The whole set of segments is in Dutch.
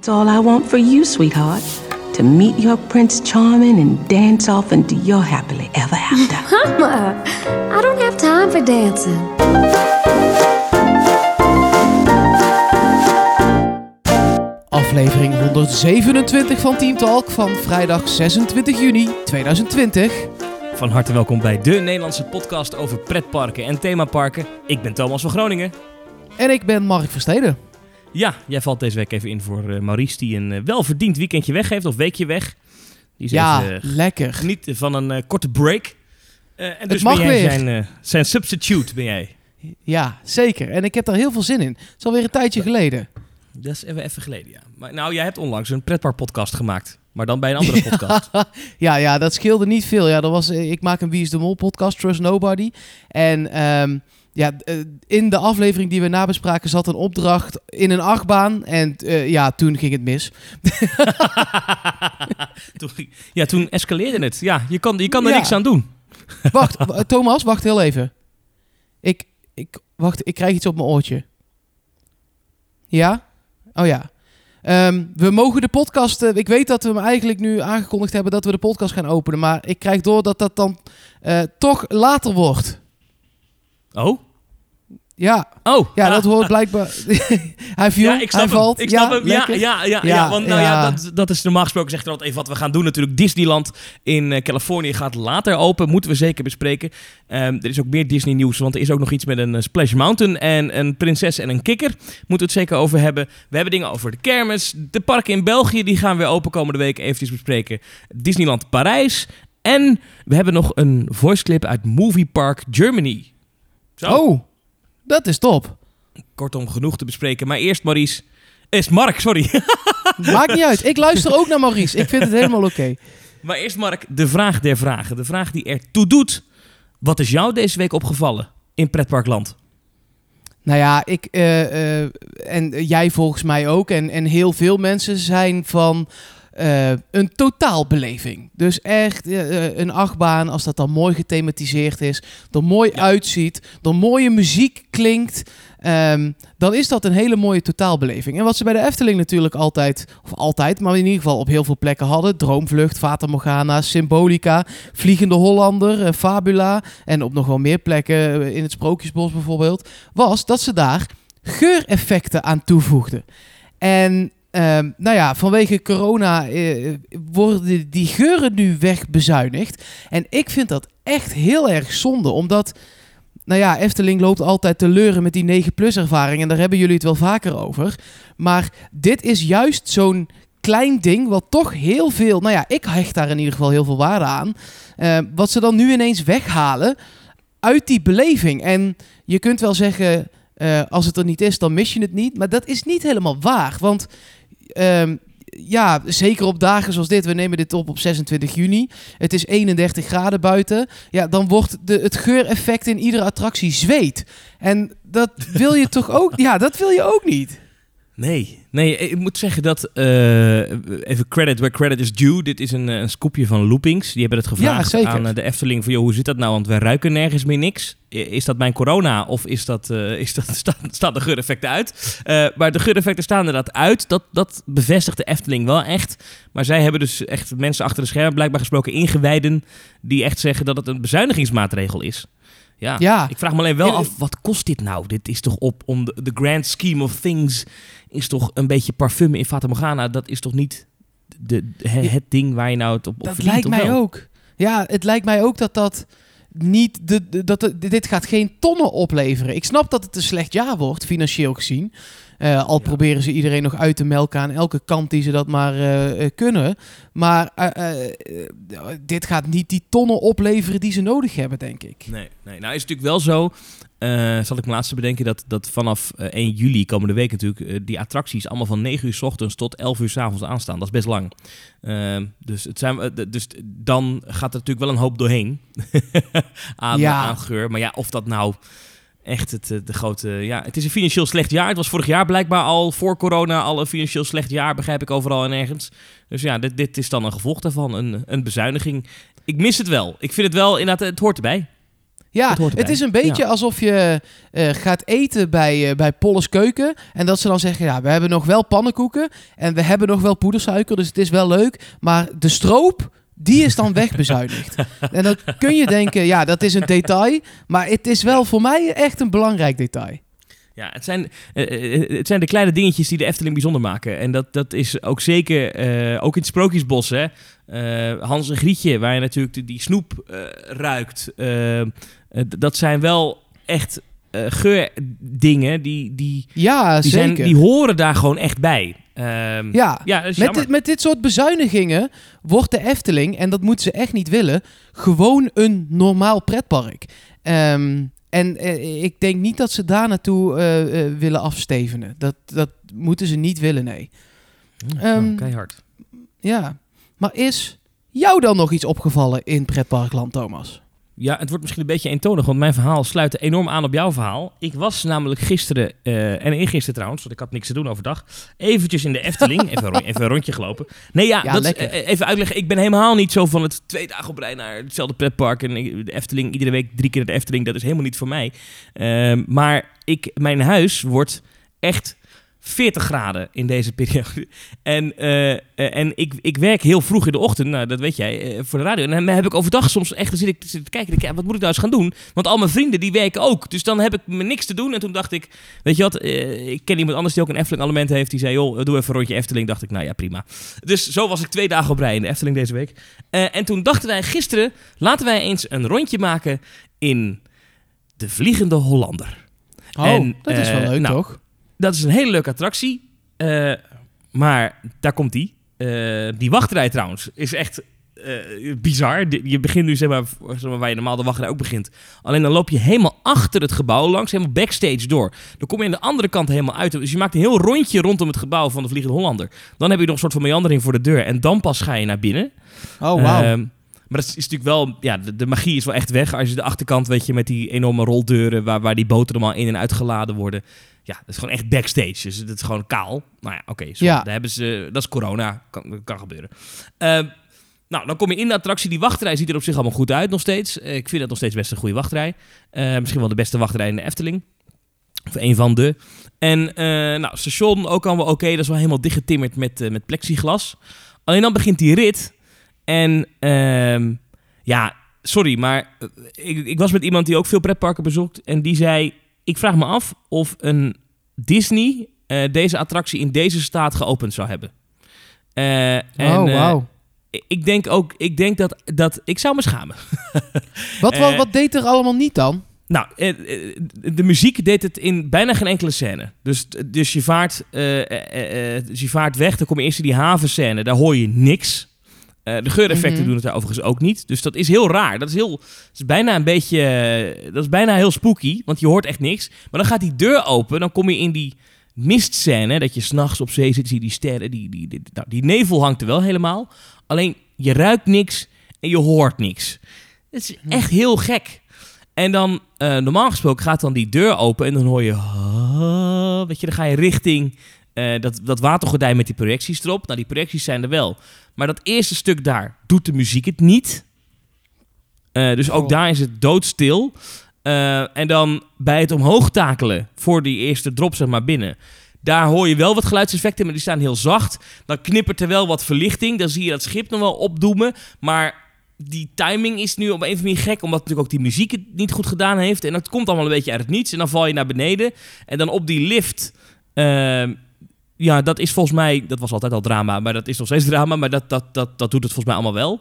It's all I want for you, sweetheart. To meet your Prince Charming and dance off into your happily ever after. Mama, I don't have time for dancing. Aflevering 127 van Team Talk van vrijdag 26 juni 2020. Van harte welkom bij de Nederlandse podcast over pretparken en themaparken. Ik ben Thomas van Groningen. En ik ben Mark Versteden. Ja, jij valt deze week even in voor Maurice, die een welverdiend weekendje weg heeft, of weekje weg. Die is even lekker. Genieten van een korte break. En dus mag ben jij weer. zijn substitute, ben jij. Ja, zeker. En ik heb daar heel veel zin in. Het is alweer een tijdje geleden. Dat is even geleden, ja. Maar nou, jij hebt onlangs een pretparkpodcast gemaakt. Maar dan bij een andere podcast. Ja, dat scheelde niet veel. Ja, ik maak een Wie is de Mol podcast, Trust Nobody. En in de aflevering die we nabespraken zat een opdracht in een achtbaan. En toen ging het mis. Toen escaleerde het. Ja, je kan er niks aan doen. Wacht, Thomas, wacht heel even. Ik krijg iets op mijn oortje. Ja? Oh ja. We mogen de podcast... ik weet dat we hem eigenlijk nu aangekondigd hebben dat we de podcast gaan openen. Maar ik krijg door dat dat dan toch later wordt. Oh? Ja. Oh. Ja, dat hoort blijkbaar... Hij viel, ja, hij valt. Ik snap hem. Ja. Want dat is normaal gesproken, zegt er altijd even wat we gaan doen. Natuurlijk Disneyland in Californië gaat later open. Moeten we zeker bespreken. Er is ook meer Disney nieuws, want er is ook nog iets met een Splash Mountain en een prinses en een kikker. Moeten we het zeker over hebben. We hebben dingen over de kermis. De parken in België, die gaan weer open komende week eventjes bespreken. Disneyland Parijs. En we hebben nog een voice clip uit Movie Park Germany. Zo. Oh, dat is top. Kortom, genoeg te bespreken. Maar eerst, Maurice... Mark, sorry. Maakt niet uit. Ik luister ook naar Maurice. Ik vind het helemaal oké. Maar eerst, Mark, de vraag der vragen. De vraag die ertoe doet. Wat is jou deze week opgevallen in pretparkland? Nou ja, ik en jij volgens mij ook. En heel veel mensen zijn van een totaalbeleving. Dus echt een achtbaan, als dat dan mooi gethematiseerd is, er mooi uitziet, er mooie muziek klinkt, dan is dat een hele mooie totaalbeleving. En wat ze bij de Efteling natuurlijk altijd, maar in ieder geval op heel veel plekken hadden, Droomvlucht, Fata Morgana, Symbolica, Vliegende Hollander, Fabula en op nog wel meer plekken, in het Sprookjesbos bijvoorbeeld, was dat ze daar geureffecten aan toevoegden. En vanwege corona worden die geuren nu wegbezuinigd. En ik vind dat echt heel erg zonde, omdat... Efteling loopt altijd te leuren met die 9+ ervaring. En daar hebben jullie het wel vaker over. Maar dit is juist zo'n klein ding wat toch heel veel... ik hecht daar in ieder geval heel veel waarde aan. Wat ze dan nu ineens weghalen uit die beleving. En je kunt wel zeggen, als het er niet is, dan mis je het niet. Maar dat is niet helemaal waar. Want... zeker op dagen zoals dit. We nemen dit op 26 juni. Het is 31 graden buiten. Ja, dan wordt het geureffect in iedere attractie zweet. En dat wil je toch ook... Ja, dat wil je ook niet. Nee, ik moet zeggen dat... even credit where credit is due. Dit is een scoopje van Loopings. Die hebben het gevraagd aan de Efteling. Van, hoe zit dat nou? Want wij ruiken nergens meer niks. Is dat mijn corona of staan de geureffecten uit? Maar de geureffecten staan inderdaad uit. Dat bevestigt de Efteling wel echt. Maar zij hebben dus echt mensen achter de schermen blijkbaar gesproken, ingewijden, die echt zeggen dat het een bezuinigingsmaatregel is. Ja, ik vraag me alleen wel af, wat kost dit nou? Dit is toch om the grand scheme of things, is toch een beetje parfum in Fata Morgana, dat is toch niet het ding waar je nou het op verdient? Dat lijkt mij ook. Ja, het lijkt mij ook dat niet dit gaat geen tonnen opleveren. Ik snap dat het een slecht jaar wordt, financieel gezien. Proberen ze iedereen nog uit te melken aan elke kant die ze dat maar kunnen. Maar dit gaat niet die tonnen opleveren die ze nodig hebben, denk ik. Nee. Nou is het natuurlijk wel zo, zal ik me laatst bedenken, dat vanaf 1 juli komende week natuurlijk die attracties allemaal van 9 uur 's ochtends tot 11 uur 's avonds aanstaan. Dat is best lang. Dus dan gaat er natuurlijk wel een hoop doorheen aan geur. Maar ja, of dat nou... Echt de grote... Ja, het is een financieel slecht jaar. Het was vorig jaar blijkbaar al voor corona al een financieel slecht jaar. Begrijp ik overal en ergens. Dus ja, dit is dan een gevolg daarvan. Een bezuiniging. Ik mis het wel. Ik vind het wel inderdaad... Het hoort erbij. Ja, het is een beetje alsof je gaat eten bij Polles Keuken. En dat ze dan zeggen, ja, we hebben nog wel pannenkoeken. En we hebben nog wel poedersuiker, dus het is wel leuk. Maar de stroop, die is dan wegbezuinigd. En dan kun je denken, ja, dat is een detail. Maar het is wel voor mij echt een belangrijk detail. Ja, het zijn de kleine dingetjes die de Efteling bijzonder maken. En dat is ook zeker, ook in het Sprookjesbos, hè. Hans en Grietje, waar je natuurlijk die snoep ruikt. Dat zijn wel echt geurdingen die horen daar gewoon echt bij. Met dit soort bezuinigingen wordt de Efteling, en dat moeten ze echt niet willen, gewoon een normaal pretpark. En ik denk niet dat ze daar naartoe willen afstevenen. Dat moeten ze niet willen, nee. Keihard. Ja, maar is jou dan nog iets opgevallen in pretparkland, Thomas? Ja, het wordt misschien een beetje eentonig, want mijn verhaal sluit enorm aan op jouw verhaal. Ik was namelijk gisteren, en eergisteren trouwens, want ik had niks te doen overdag, eventjes in de Efteling, even een rondje gelopen. Nee, even uitleggen, ik ben helemaal niet zo van het 2 dagen op rij naar hetzelfde pretpark en de Efteling, iedere week 3 keer naar de Efteling, dat is helemaal niet voor mij. Maar mijn huis wordt echt 40 graden in deze periode. En ik werk heel vroeg in de ochtend, nou, dat weet jij, voor de radio. En dan heb ik overdag soms echt, dan zit ik te kijken, wat moet ik nou eens gaan doen? Want al mijn vrienden, die werken ook. Dus dan heb ik me niks te doen. En toen dacht ik, weet je wat, ik ken iemand anders die ook een Efteling-abonnement heeft. Die zei, joh, doe even een rondje Efteling. Dacht ik, nou ja, prima. Dus zo was ik 2 dagen op rij in de Efteling deze week. En toen dachten wij gisteren, laten wij eens een rondje maken in de Vliegende Hollander. Dat is wel leuk, toch? Dat is een hele leuke attractie. Maar daar komt die. Die wachtrij trouwens is echt bizar. Je begint nu, zeg maar, waar je normaal de wachtrij ook begint. Alleen dan loop je helemaal achter het gebouw langs, helemaal backstage door. Dan kom je aan de andere kant helemaal uit. Dus je maakt een heel rondje rondom het gebouw van de Vliegende Hollander. Dan heb je nog een soort van meandering voor de deur. En dan pas ga je naar binnen. Oh, wauw. Maar dat is natuurlijk wel, ja, de magie is wel echt weg. Als je de achterkant, weet je, met die enorme roldeuren waar die boten allemaal in en uitgeladen worden. Ja, dat is gewoon echt backstage. Dus dat is gewoon kaal. Nou ja, oké. Daar hebben ze, dat is corona. Kan gebeuren. Nou, dan kom je in de attractie. Die wachtrij ziet er op zich allemaal goed uit nog steeds. Ik vind dat nog steeds best een goede wachtrij. Misschien wel de beste wachtrij in de Efteling. Of een van de. En station ook allemaal oké. Dat is wel helemaal dichtgetimmerd met plexiglas. Alleen dan begint die rit. En sorry, maar ik was met iemand die ook veel pretparken bezoekt. En die zei, ik vraag me af of een Disney deze attractie in deze staat geopend zou hebben. Wauw. Ik denk dat ik zou me schamen. Wat deed er allemaal niet dan? Nou, de muziek deed het in bijna geen enkele scène. Dus je vaart weg, dan kom je eerst in die havenscène, daar hoor je niks. De geureffecten doen het daar overigens ook niet. Dus dat is heel raar. Dat is bijna heel spooky, want je hoort echt niks. Maar dan gaat die deur open, dan kom je in die mistscène, dat je 's nachts op zee zit, zie je die sterren, die nevel hangt er wel helemaal. Alleen, je ruikt niks en je hoort niks. Het is echt heel gek. En dan, normaal gesproken, gaat dan die deur open en dan hoor je, weet je, dan ga je richting dat watergordijn met die projecties erop. Nou, die projecties zijn er wel. Maar dat eerste stuk daar doet de muziek het niet. Dus ook daar is het doodstil. En dan bij het omhoog takelen voor die eerste drop, zeg maar, binnen. Daar hoor je wel wat geluidseffecten, maar die staan heel zacht. Dan knippert er wel wat verlichting. Dan zie je dat schip nog wel opdoemen. Maar die timing is nu op een of andere manier gek, omdat natuurlijk ook die muziek het niet goed gedaan heeft. En dat komt allemaal een beetje uit het niets. En dan val je naar beneden. En dan op die lift. Dat is volgens mij, dat was altijd al drama, maar dat is nog steeds drama. Maar dat doet het volgens mij allemaal wel.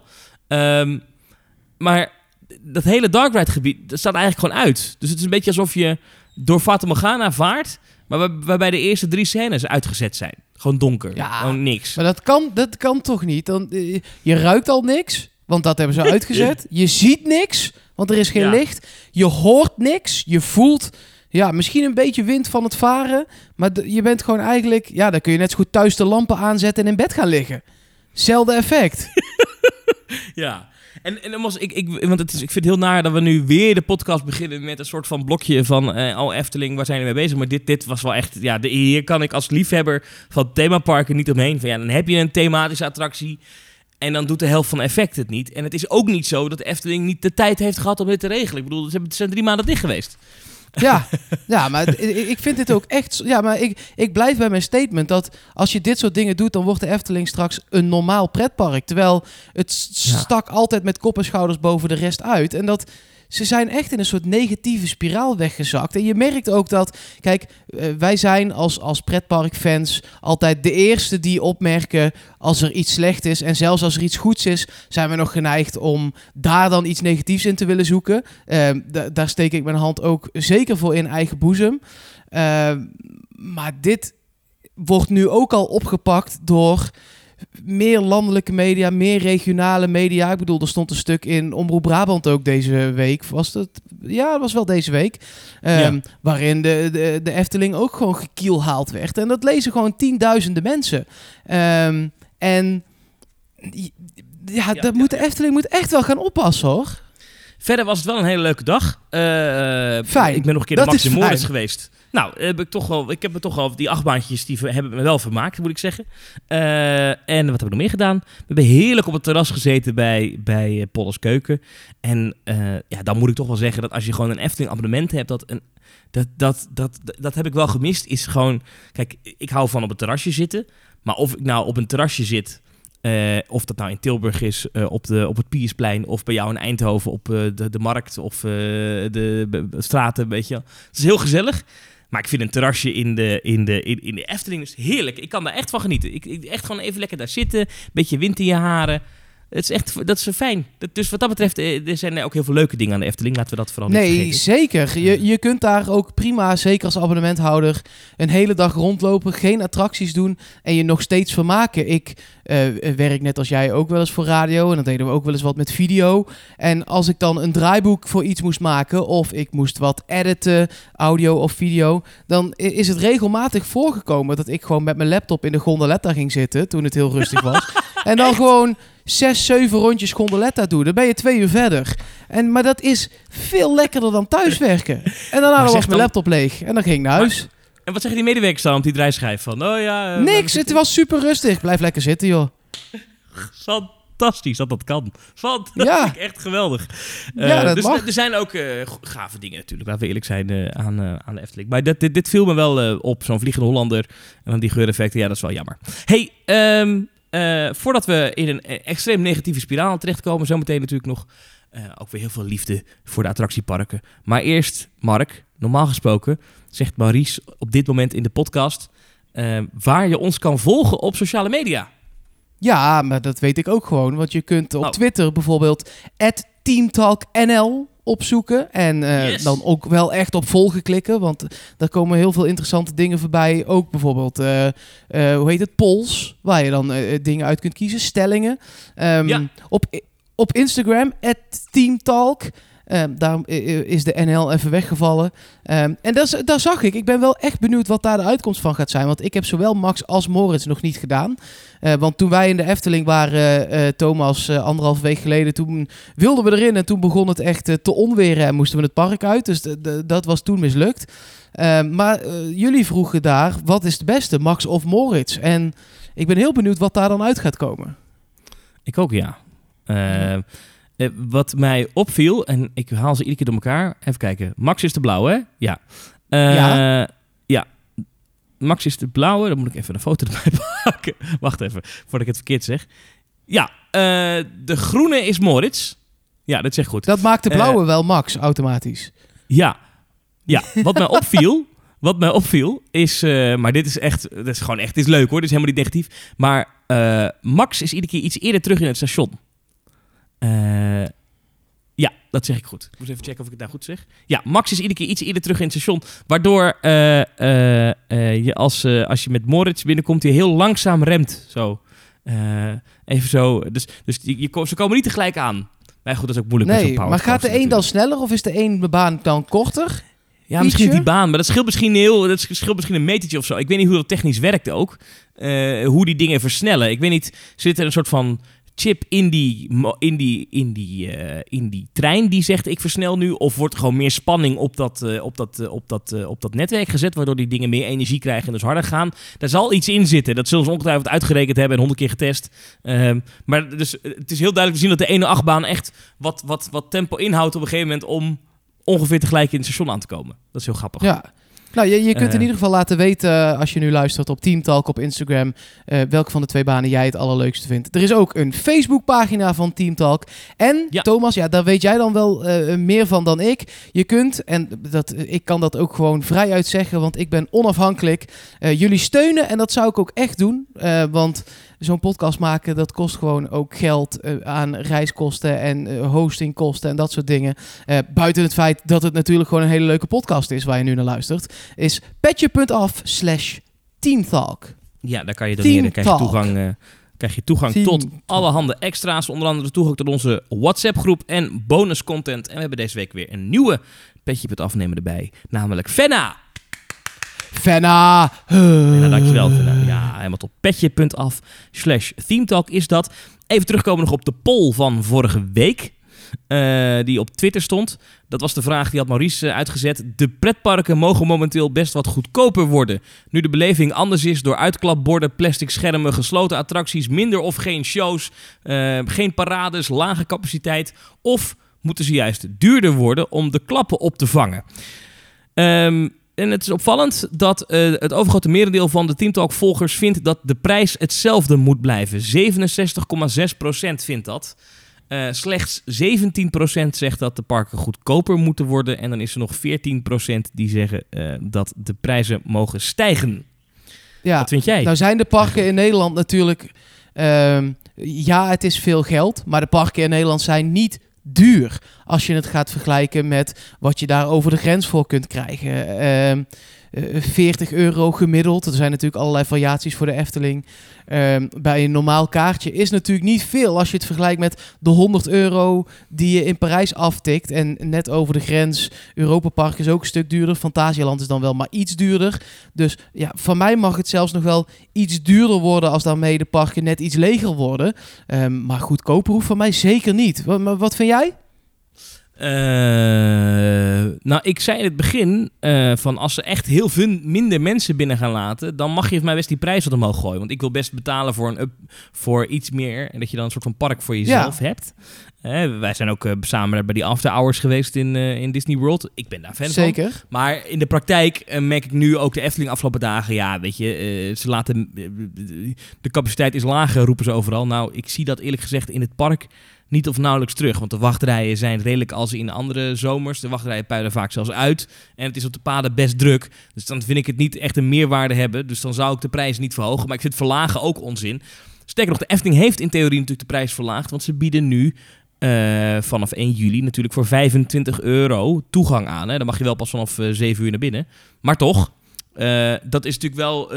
Maar dat hele Dark Ride gebied, dat staat eigenlijk gewoon uit. Dus het is een beetje alsof je door Fata Morgana vaart, maar waarbij de eerste 3 scènes uitgezet zijn. Gewoon donker, gewoon niks. Maar dat kan toch niet? Dan, je ruikt al niks, want dat hebben ze uitgezet. Je ziet niks, want er is geen licht. Je hoort niks, je voelt misschien een beetje wind van het varen, maar je bent gewoon eigenlijk, dan kun je net zo goed thuis de lampen aanzetten en in bed gaan liggen. Zelfde effect. Ja. En ik vind het heel naar dat we nu weer de podcast beginnen met een soort van blokje van Efteling, waar zijn we mee bezig? Maar dit was wel echt, hier kan ik als liefhebber van themaparken niet omheen. Dan heb je een thematische attractie En dan doet de helft van effect het niet. En het is ook niet zo dat de Efteling niet de tijd heeft gehad om dit te regelen. Ik bedoel, ze zijn 3 maanden dicht geweest. Ja, maar ik vind dit ook echt... Ja, maar ik blijf bij mijn statement dat als je dit soort dingen doet, dan wordt de Efteling straks een normaal pretpark. Terwijl het stak altijd met kop en schouders boven de rest uit. En dat... Ze zijn echt in een soort negatieve spiraal weggezakt. En je merkt ook dat... Kijk, wij zijn als pretparkfans altijd de eerste die opmerken als er iets slecht is. En zelfs als er iets goeds is, zijn we nog geneigd om daar dan iets negatiefs in te willen zoeken. Daar steek ik mijn hand ook zeker voor in eigen boezem. Maar dit wordt nu ook al opgepakt door... meer landelijke media, meer regionale media. Ik bedoel, er stond een stuk in Omroep Brabant ook deze week. Was dat? Ja, dat was wel deze week. Waarin de Efteling ook gewoon gekielhaald werd. En dat lezen gewoon tienduizenden mensen. En de Efteling moet echt wel gaan oppassen, hoor. Verder was het wel een hele leuke dag. Fijn. Ik ben nog een keer de Max in Moritz geweest. Nou, ik heb me toch wel... Die achtbaantjes die hebben me wel vermaakt, moet ik zeggen. En wat hebben we nog meer gedaan? We hebben heerlijk op het terras gezeten bij Polles Keuken. En dan moet ik toch wel zeggen dat als je gewoon een Efteling abonnement hebt... Dat heb ik wel gemist. Is gewoon... Kijk, ik hou van op het terrasje zitten. Maar of ik nou op een terrasje zit... of dat nou in Tilburg is, op het Piersplein... of bij jou in Eindhoven op de markt of de straten, weet je. Het is heel gezellig. Maar ik vind een terrasje in de Efteling dus heerlijk. Ik kan daar echt van genieten. Ik echt gewoon even lekker daar zitten. Een beetje wind in je haren. Dat is fijn. Dus wat dat betreft, er zijn ook heel veel leuke dingen aan de Efteling. Laten we dat vooral niet vergeten. Nee, zeker. Je kunt daar ook prima, zeker als abonnementhouder, een hele dag rondlopen, geen attracties doen en je nog steeds vermaken. Ik werk net als jij ook wel eens voor radio en dan deden we ook wel eens wat met video. En als ik dan een draaiboek voor iets moest maken of ik moest wat editen, audio of video, dan is het regelmatig voorgekomen dat ik gewoon met mijn laptop in de gondoletta ging zitten toen het heel rustig was. En dan gewoon 6, 7 rondjes gondoletta doen. Dan ben je 2 uur verder. Maar dat is veel lekkerder dan thuiswerken. En daarna was mijn laptop leeg. En dan ging ik naar huis. En wat zeggen die medewerkers dan op die draaischijf? Van, niks, het was super rustig. Blijf lekker zitten, joh. Fantastisch dat dat kan. Fantastisch, echt geweldig. Dus er zijn ook gave dingen natuurlijk, laten we eerlijk zijn aan de Efteling. Maar dit viel me wel op, zo'n Vliegende Hollander. En dan die geureffecten, ja, dat is wel jammer. Hey, voordat we in een extreem negatieve spiraal terechtkomen, zometeen natuurlijk nog ook weer heel veel liefde voor de attractieparken. Maar eerst, Mark, normaal gesproken zegt Maurice op dit moment in de podcast waar je ons kan volgen op sociale media. Ja, maar dat weet ik ook gewoon. Want je kunt op Twitter bijvoorbeeld @teamtalknl opzoeken. En dan ook wel echt op volgen klikken. Want daar komen heel veel interessante dingen voorbij. Ook bijvoorbeeld, polls. Waar je dan dingen uit kunt kiezen. Stellingen. Op Instagram, @teamtalk. Daar is de NL even weggevallen. En daar zag ik. Ik ben wel echt benieuwd wat daar de uitkomst van gaat zijn. Want ik heb zowel Max als Moritz nog niet gedaan. Want toen wij in de Efteling waren, Thomas, 1,5 week geleden, toen wilden we erin. En toen begon het echt te onweren en moesten we het park uit. Dus dat was toen mislukt. Maar jullie vroegen daar, wat is het beste, Max of Moritz? En ik ben heel benieuwd wat daar dan uit gaat komen. Ik ook, ja. Wat mij opviel, en ik haal ze iedere keer door elkaar. Even kijken. Max is de blauwe, hè? Ja. Ja. Max is de blauwe. Dan moet ik even een foto erbij pakken. Wacht even, voordat ik het verkeerd zeg. Ja, de groene is Moritz. Ja, dat zeg ik goed. Dat maakt de blauwe wel Max, automatisch. Ja. Wat mij opviel is... maar dit is gewoon echt... Dit is leuk, hoor. Dit is helemaal niet negatief. Maar Max is iedere keer iets eerder terug in het station. Ja, dat zeg ik goed. Ik moet even checken of ik het nou goed zeg. Ja, Max is iedere keer iets eerder terug in het station. Waardoor je als je met Moritz binnenkomt, je heel langzaam remt. Zo. Even zo. Dus ze komen niet tegelijk aan. Maar goed, dat is ook moeilijk. Nee, maar gaat de een dan sneller of is de een baan dan korter? Ja, misschien die baan, maar dat scheelt misschien een metertje of zo. Ik weet niet hoe dat technisch werkt ook. Hoe die dingen versnellen. Ik weet niet, zit er een soort van chip in die trein die zegt ik versnel nu? Of wordt er gewoon meer spanning op dat netwerk gezet, waardoor die dingen meer energie krijgen en dus harder gaan? Daar zal iets in zitten. Dat zullen ze ongetwijfeld uitgerekend hebben en 100 keer getest. Maar dus, het is heel duidelijk te zien dat de ene achtbaan echt wat tempo inhoudt op een gegeven moment om ongeveer tegelijk in het station aan te komen. Dat is heel grappig. Ja. Nou, je kunt in ieder geval laten weten, als je nu luistert op Team Talk op Instagram, welke van de 2 banen jij het allerleukste vindt. Er is ook een Facebookpagina van Team Talk. En Thomas, daar weet jij dan wel meer van dan ik. Je kunt, en ik kan dat ook gewoon vrijuit zeggen, want ik ben onafhankelijk, jullie steunen. En dat zou ik ook echt doen, want zo'n podcast maken, dat kost gewoon ook geld aan reiskosten en hostingkosten en dat soort dingen. Buiten het feit dat het natuurlijk gewoon een hele leuke podcast is waar je nu naar luistert, is petje.af/teamtalk. Ja, daar kan je doneren. Krijg je toegang tot allerhande extra's. Onder andere toegang tot onze WhatsApp-groep en bonuscontent. En we hebben deze week weer een nieuwe Petje.afnemer erbij. Namelijk Fenna. Fenna, dankjewel Fenna. Ja, helemaal top. Petje.af/teamtalk is dat. Even terugkomen nog op de poll van vorige week. Die op Twitter stond. Dat was de vraag, die had Maurice uitgezet. De pretparken mogen momenteel best wat goedkoper worden. Nu de beleving anders is door uitklapborden, plastic schermen, gesloten attracties, minder of geen shows, geen parades, lage capaciteit. Of moeten ze juist duurder worden om de klappen op te vangen? En het is opvallend dat het overgrote merendeel van de Team Talk volgers vindt dat de prijs hetzelfde moet blijven. 67,6% vindt dat. Slechts 17% zegt dat de parken goedkoper moeten worden. En dan is er nog 14% die zeggen dat de prijzen mogen stijgen. Ja, wat vind jij? Nou zijn de parken in Nederland natuurlijk... ja, het is veel geld. Maar de parken in Nederland zijn niet duur. Als je het gaat vergelijken met wat je daar over de grens voor kunt krijgen. €40 gemiddeld. Er zijn natuurlijk allerlei variaties voor de Efteling. Bij een normaal kaartje is natuurlijk niet veel als je het vergelijkt met de €100 die je in Parijs aftikt. En net over de grens, Europa Park is ook een stuk duurder. Fantasialand is dan wel maar iets duurder. Dus ja, van mij mag het zelfs nog wel iets duurder worden als daarmee de parken net iets leger worden. Maar goedkoper hoeft van mij zeker niet. Wat vind jij? Nou, ik zei in het begin van als ze echt heel veel minder mensen binnen gaan laten, dan mag je voor mij best die prijs wat omhoog gooien. Want ik wil best betalen voor iets meer en dat je dan een soort van park voor jezelf hebt. Wij zijn ook samen bij die after hours geweest in Disney World. Ik ben daar fan Zeker. van. Maar in de praktijk merk ik nu ook de Efteling afgelopen dagen. Ja, weet je, ze laten de capaciteit is lager, roepen ze overal. Nou, ik zie dat eerlijk gezegd in het park niet of nauwelijks terug. Want de wachtrijen zijn redelijk als in andere zomers. De wachtrijen puilen vaak zelfs uit. En het is op de paden best druk. Dus dan vind ik het niet echt een meerwaarde hebben. Dus dan zou ik de prijs niet verhogen. Maar ik vind verlagen ook onzin. Sterker nog, de Efteling heeft in theorie natuurlijk de prijs verlaagd. Want ze bieden nu vanaf 1 juli natuurlijk voor €25 toegang aan. Hè. Dan mag je wel pas vanaf 7 uur naar binnen. Maar toch, dat is natuurlijk wel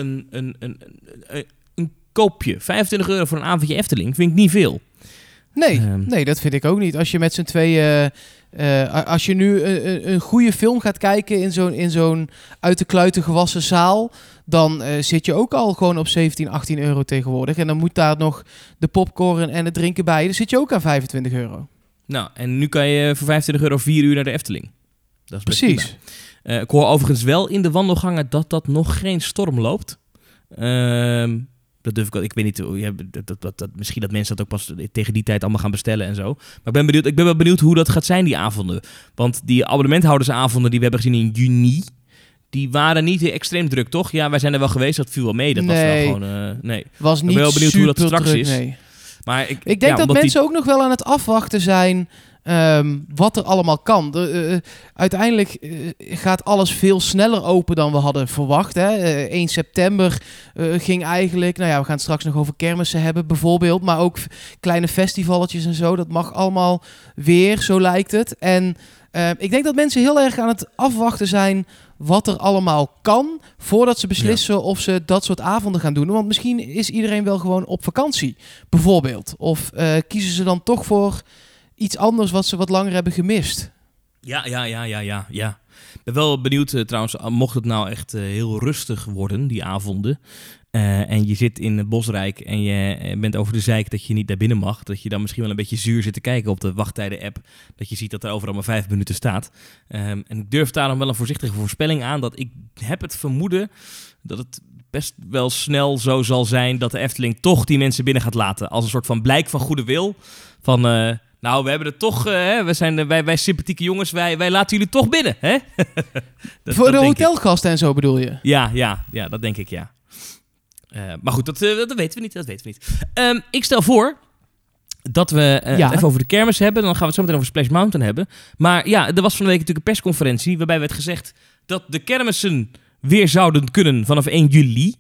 een koopje. €25 voor een avondje Efteling vind ik niet veel. Nee, dat vind ik ook niet. Als je met z'n tweeën... als je nu een goede film gaat kijken in zo'n uit de kluiten gewassen zaal, dan zit je ook al gewoon op €17-18 tegenwoordig. En dan moet daar nog de popcorn en het drinken bij. Dan zit je ook aan €25. Nou, en nu kan je voor €25 4 uur naar de Efteling. Dat is precies. Ik hoor overigens wel in de wandelgangen dat nog geen storm loopt. Dat durf ik wel. Ik weet niet, misschien dat mensen dat ook pas tegen die tijd allemaal gaan bestellen en zo. Maar ik ben wel benieuwd hoe dat gaat zijn, die avonden. Want die abonnementhoudersavonden die we hebben gezien in juni, die waren niet extreem druk, toch? Ja, wij zijn er wel geweest, dat viel wel mee. Dat was wel gewoon... nee. Was niet ik ben wel benieuwd hoe dat straks druk, is. Nee. Maar ik denk dat mensen ook nog wel aan het afwachten zijn wat er allemaal kan. Uiteindelijk gaat alles veel sneller open dan we hadden verwacht. Hè? 1 september ging eigenlijk... Nou ja, we gaan het straks nog over kermissen hebben bijvoorbeeld. Maar ook kleine festivalletjes en zo. Dat mag allemaal weer, zo lijkt het. En ik denk dat mensen heel erg aan het afwachten zijn wat er allemaal kan voordat ze beslissen of ze dat soort avonden gaan doen. Want misschien is iedereen wel gewoon op vakantie, bijvoorbeeld. Of kiezen ze dan toch voor iets anders wat ze wat langer hebben gemist. Ja. Ik ben wel benieuwd trouwens, mocht het nou echt heel rustig worden, die avonden. en je zit in het Bosrijk en je bent over de zeik dat je niet naar binnen mag, dat je dan misschien wel een beetje zuur zit te kijken op de wachttijden-app, dat je ziet dat er overal maar 5 minuten staat. En ik durf daar dan wel een voorzichtige voorspelling aan, dat ik heb het vermoeden dat het best wel snel zo zal zijn dat de Efteling toch die mensen binnen gaat laten, als een soort van blijk van goede wil, van... Nou, we hebben het toch, wij sympathieke jongens, wij laten jullie toch binnen, hè? Voor de hotelgasten en zo bedoel je? Ja, dat denk ik, ja. Maar goed, dat weten we niet, ik stel voor dat we het even over de kermis hebben. Dan gaan we het zo meteen over Splash Mountain hebben. Maar ja, er was van de week natuurlijk een persconferentie waarbij werd gezegd dat de kermissen weer zouden kunnen vanaf 1 juli.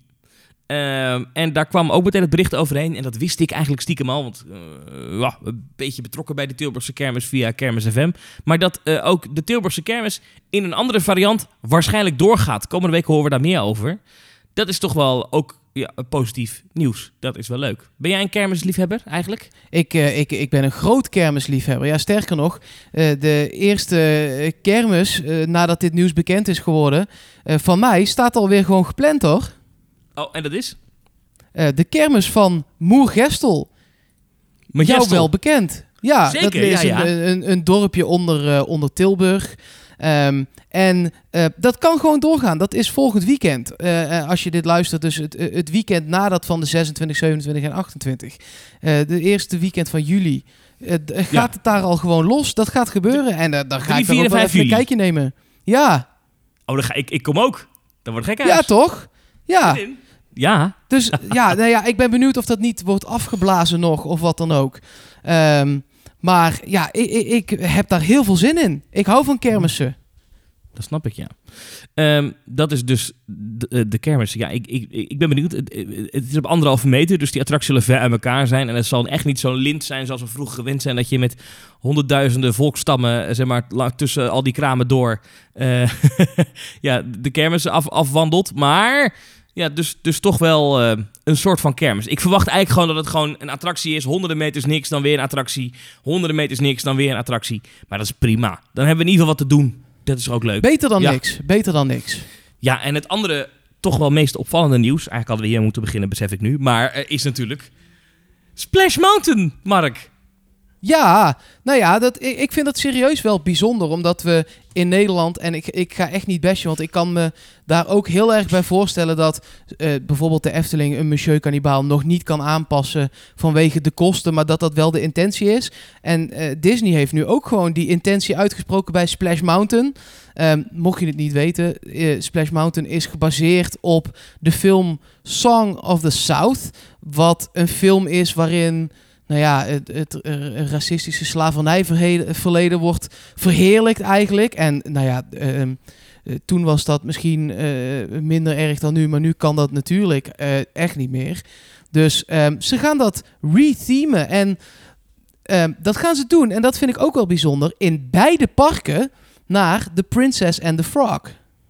En daar kwam ook meteen het bericht overheen. En dat wist ik eigenlijk stiekem al. Want een beetje betrokken bij de Tilburgse kermis via Kermis FM. Maar dat ook de Tilburgse kermis in een andere variant waarschijnlijk doorgaat. Komende week horen we daar meer over. Dat is toch wel ook positief nieuws. Dat is wel leuk. Ben jij een kermisliefhebber eigenlijk? Ik ben een groot kermisliefhebber. Ja, sterker nog, de eerste kermis, nadat dit nieuws bekend is geworden, van mij staat alweer gewoon gepland, hoor. Oh, en dat is? De kermis van Moergestel. Jou wel bekend. Ja, zeker, dat is een dorpje onder Tilburg. En dat kan gewoon doorgaan. Dat is volgend weekend. Als je dit luistert, dus het weekend nadat van de 26, 27 en 28. De eerste weekend van juli. Gaat het daar al gewoon los? Dat gaat gebeuren. En dan ga ik dan ook wel even een kijkje nemen. Ja. Oh, dan ga ik kom ook. Dan wordt het gek. Ja, toch? Ja. Ja. Dus ik ben benieuwd of dat niet wordt afgeblazen nog of wat dan ook. Maar ja, ik heb daar heel veel zin in. Ik hou van kermissen. Dat snap ik, ja. Dat is dus de kermis. Ja, ik ben benieuwd. Het is op 1,5 meter, dus die attracties zullen ver uit elkaar zijn. En het zal echt niet zo'n lint zijn zoals we vroeger gewend zijn, dat je met honderdduizenden volksstammen, zeg maar, tussen al die kramen door de kermis afwandelt. Maar ja, dus toch wel een soort van kermis. Ik verwacht eigenlijk gewoon dat het gewoon een attractie is. Honderden meters niks, dan weer een attractie. Honderden meters niks, dan weer een attractie. Maar dat is prima. Dan hebben we in ieder geval wat te doen. Dat is ook leuk. Beter dan niks. Ja, en het andere, toch wel meest opvallende nieuws, eigenlijk hadden we hier moeten beginnen, besef ik nu, maar is natuurlijk Splash Mountain, Mark. Ja, nou ja, ik vind dat serieus wel bijzonder, omdat we in Nederland, en ik ga echt niet bashen, want ik kan me daar ook heel erg bij voorstellen dat bijvoorbeeld de Efteling een Monsieur Cannibal nog niet kan aanpassen vanwege de kosten, maar dat wel de intentie is. En Disney heeft nu ook gewoon die intentie uitgesproken bij Splash Mountain. Mocht je het niet weten, Splash Mountain is gebaseerd op de film Song of the South, wat een film is waarin het racistische slavernijverleden wordt verheerlijkt eigenlijk. En toen was dat misschien minder erg dan nu, maar nu kan dat natuurlijk echt niet meer. Dus ze gaan dat rethemen en dat gaan ze doen. En dat vind ik ook wel bijzonder. In beide parken naar The Princess and the Frog.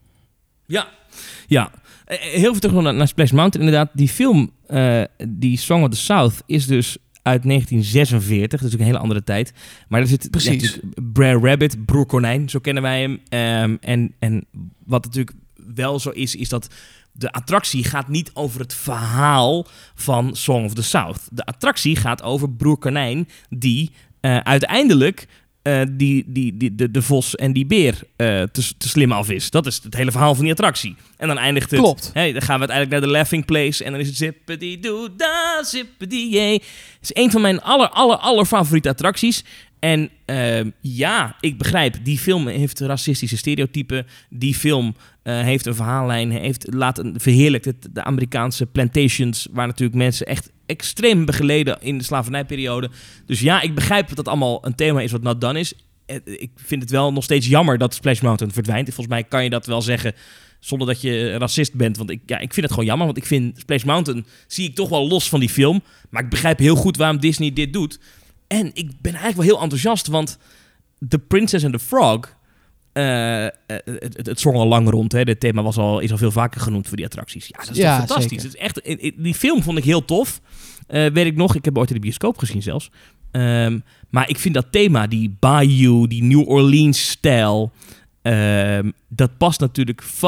Ja. Heel veel terug naar Splash Mountain. Inderdaad, die film, die Song of the South, is dus uit 1946. Dat is ook een hele andere tijd. Maar er zit Brer Rabbit, Broer Konijn, zo kennen wij hem. En wat natuurlijk wel zo is dat de attractie gaat niet over het verhaal van Song of the South. De attractie gaat over Broer Konijn die uiteindelijk de vos en die beer te slim af is. Dat is het hele verhaal van die attractie. En dan eindigt het... Klopt. Dan gaan we uiteindelijk naar de Laughing Place en dan is het zippity-doo-da, zippity-yay. Het is een van mijn aller favoriete attracties. En ik begrijp, die film heeft racistische stereotypen. Die film heeft een verhaallijn, verheerlijkt de Amerikaanse plantations, waar natuurlijk mensen echt extreem hebben geleden in de slavernijperiode. Dus ja, ik begrijp dat dat allemaal een thema is wat not done is. Ik vind het wel nog steeds jammer dat Splash Mountain verdwijnt. Volgens mij kan je dat wel zeggen zonder dat je racist bent. Want ik vind het gewoon jammer, want ik vind Splash Mountain zie ik toch wel los van die film. Maar ik begrijp heel goed waarom Disney dit doet. En ik ben eigenlijk wel heel enthousiast, want The Princess and the Frog, het zong al lang rond. Hè. Het thema is al veel vaker genoemd voor die attracties. Ja, dat is toch fantastisch. Het is echt, die film vond ik heel tof. Weet ik nog, ik heb ooit in de bioscoop gezien zelfs. Maar ik vind dat thema, die Bayou, die New Orleans-stijl, dat past natuurlijk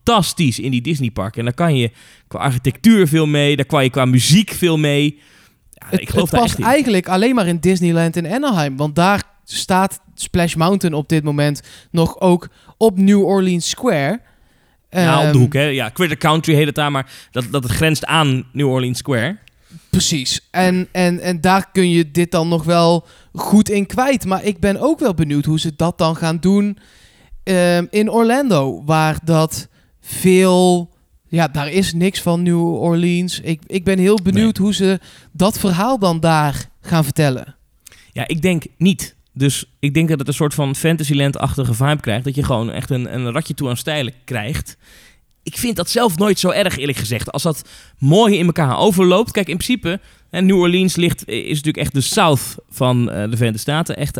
fantastisch in die Disneyparken. En daar kan je qua architectuur veel mee, daar kan je qua muziek veel mee. Ja, ik geloof het past echt eigenlijk alleen maar in Disneyland in Anaheim. Want daar staat Splash Mountain op dit moment nog ook op New Orleans Square. Ja, op de hoek, hè. Ja, Critter Country heet het daar, maar dat het grenst aan New Orleans Square. Precies. En daar kun je dit dan nog wel goed in kwijt. Maar ik ben ook wel benieuwd hoe ze dat dan gaan doen in Orlando. Waar dat veel... Ja, daar is niks van New Orleans. Ik ben heel benieuwd hoe ze dat verhaal dan daar gaan vertellen. Ja, ik denk niet. Dus ik denk dat het een soort van Fantasyland-achtige vibe krijgt. Dat je gewoon echt een ratje toe aan stijlen krijgt. Ik vind dat zelf nooit zo erg, eerlijk gezegd. Als dat mooi in elkaar overloopt. Kijk, in principe, New Orleans is natuurlijk echt de South van de Verenigde Staten. Echt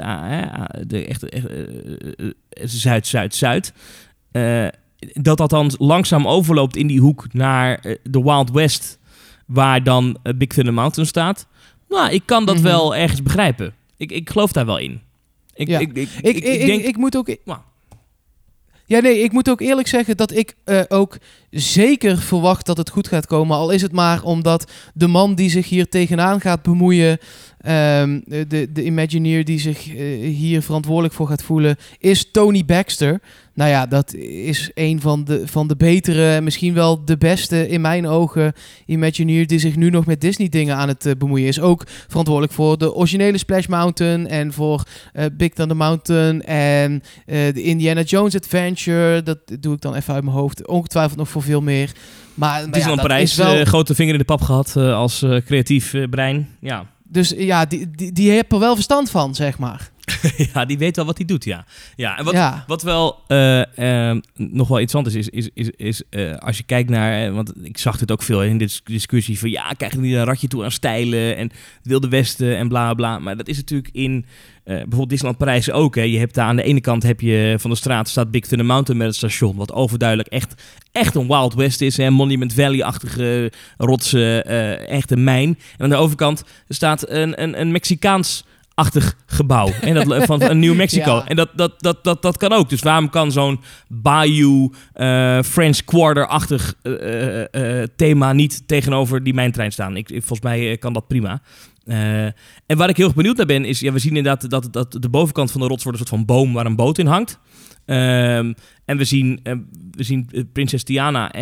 Zuid-Zuid-Zuid. Dat dan langzaam overloopt in die hoek naar de Wild West, waar dan Big Thunder Mountain staat. Nou, ik kan dat wel ergens begrijpen. Ik geloof daar wel in. Ik moet ook... Ja, nee, ik moet ook eerlijk zeggen dat ik ook zeker verwacht dat het goed gaat komen. Al is het maar omdat de man die zich hier tegenaan gaat bemoeien, de Imagineer die zich hier verantwoordelijk voor gaat voelen, is Tony Baxter. Nou ja, dat is een van de betere, misschien wel de beste in mijn ogen Imagineer die zich nu nog met Disney dingen aan het bemoeien is. Ook verantwoordelijk voor de originele Splash Mountain en voor Big Thunder Mountain en de Indiana Jones Adventure. Dat doe ik dan even uit mijn hoofd. Ongetwijfeld nog voor veel meer. Maar Disneyland Parijs, wel... grote vinger in de pap gehad als creatief brein. Ja. Dus ja, die heeft er wel verstand van, zeg maar. Ja, die weet wel wat hij doet, ja. En wat wel nog wel interessant is als je kijkt naar... want ik zag dit ook veel in de discussie van... ja, krijg je niet een ratje toe aan stijlen en Wilde Westen en bla bla. Maar dat is natuurlijk in bijvoorbeeld Disneyland Parijs ook. Hè. Je hebt daar aan de ene kant heb je van de straat staat Big Thunder Mountain met het station... wat overduidelijk echt een Wild West is. Hè. Monument Valley-achtige rotsen, echt een mijn. En aan de overkant staat een Mexicaans-achtig gebouw. En dat van New Mexico. Ja. En dat kan ook. Dus waarom kan zo'n Bayou French Quarter-achtig thema niet tegenover die mijntrein staan? Volgens mij kan dat prima. En waar ik heel erg benieuwd naar ben is... ja, we zien inderdaad dat de bovenkant van de rots wordt een soort van boom waar een boot in hangt. En we zien prinses Tiana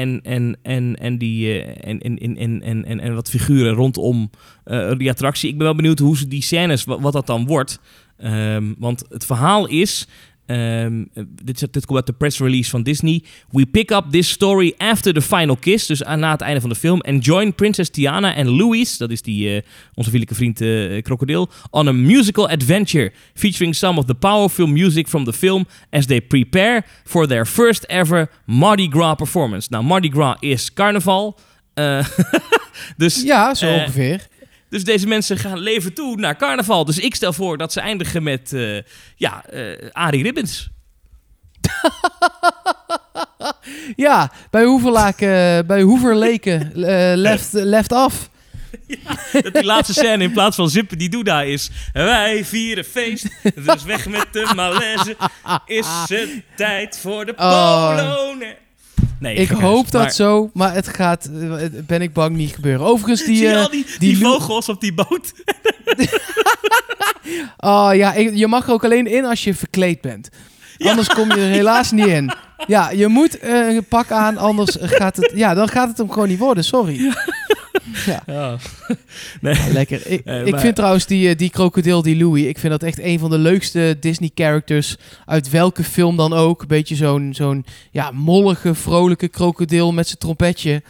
en wat figuren rondom die attractie. Ik ben wel benieuwd hoe ze die scènes, wat dat dan wordt. Want het verhaal is... dit komt uit de press release van Disney. We pick up this story after the final kiss. Dus na het einde van de film. And join Princess Tiana en Louis. Dat is onze vriendelijke vriend krokodil. On a musical adventure. Featuring some of the powerful music from the film. As they prepare for their first ever Mardi Gras performance. Nou, Mardi Gras is carnaval. Dus, ja, zo ongeveer. Dus deze mensen gaan leven toe naar carnaval. Dus ik stel voor dat ze eindigen met Arie Ribbons. Ja, bij Hoeverleken left af. Ja, dat die laatste scène in plaats van Zippen die Doeda is. Wij vieren feest, dus weg met de malaise. Is het tijd voor de polonaise. Nee, ik hoop dat zo, maar het gaat, ben ik bang, niet gebeuren. Overigens, zie je al die vogels op die boot? Oh ja, je mag er ook alleen in als je verkleed bent. Ja. Anders kom je er helaas niet in. Ja, je moet een pak aan, anders gaat het... Ja, dan gaat het hem gewoon niet worden, sorry. Ja. Ja. Nee. Ja, lekker. Ik vind trouwens die krokodil, die Louis... Ik vind dat echt een van de leukste Disney-characters... uit welke film dan ook. Een beetje zo'n mollige, vrolijke krokodil met zijn trompetje.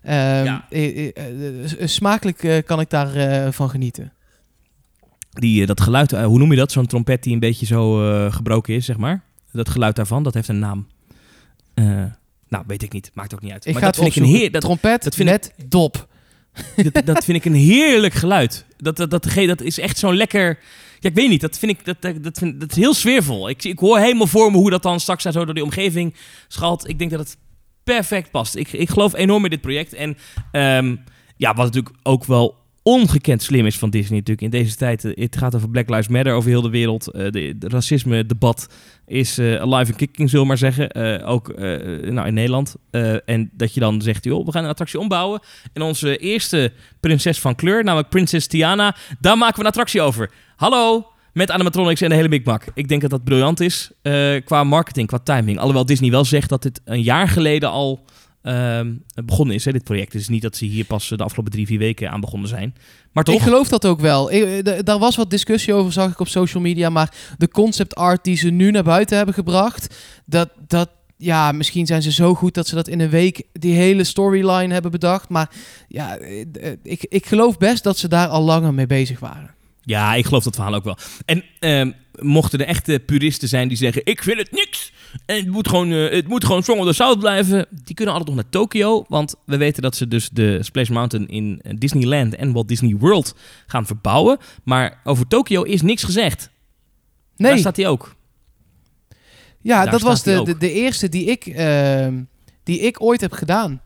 Smakelijk kan ik daarvan van genieten. Dat geluid, hoe noem je dat? Zo'n trompet die een beetje zo gebroken is, zeg maar. Dat geluid daarvan, dat heeft een naam. Nou, weet ik niet. Maakt ook niet uit. Ik ga het opzoeken. Trompet met dop. Dat vind ik een heerlijk geluid. Dat is echt zo'n lekker... Ja, ik weet niet. Dat is heel sfeervol. Ik hoor helemaal voor me hoe dat dan straks zo door die omgeving schalt. Ik denk dat het perfect past. Ik geloof enorm in dit project. En wat natuurlijk ook wel ongekend slim is van Disney natuurlijk in deze tijd. Het gaat over Black Lives Matter over heel de wereld. De racisme-debat is alive and kicking, zullen we maar zeggen. Ook in Nederland. En dat je dan zegt, joh, we gaan een attractie ombouwen. En onze eerste prinses van kleur, namelijk prinses Tiana, daar maken we een attractie over. Hallo, met animatronics en de hele mikmak. Ik denk dat dat briljant is qua marketing, qua timing. Alhoewel Disney wel zegt dat dit een jaar geleden al begonnen is, dit project. Het is niet dat ze hier pas de afgelopen 3-4 weken aan begonnen zijn. Maar toch? Ik geloof dat ook wel. Daar was wat discussie over, zag ik op social media. Maar de concept art die ze nu naar buiten hebben gebracht, ja, misschien zijn ze zo goed dat ze dat in een week die hele storyline hebben bedacht. Maar ja, ik geloof best dat ze daar al langer mee bezig waren. Ja, ik geloof dat verhaal ook wel. En mochten er echte puristen zijn die zeggen, ik vind het niks. En het moet gewoon Song of the South blijven. Die kunnen altijd nog naar Tokio. Want we weten dat ze dus de Splash Mountain in Disneyland en Walt Disney World gaan verbouwen. Maar over Tokio is niks gezegd. Nee. Daar staat hij ook. Ja, daar dat was de eerste die ik ooit heb gedaan.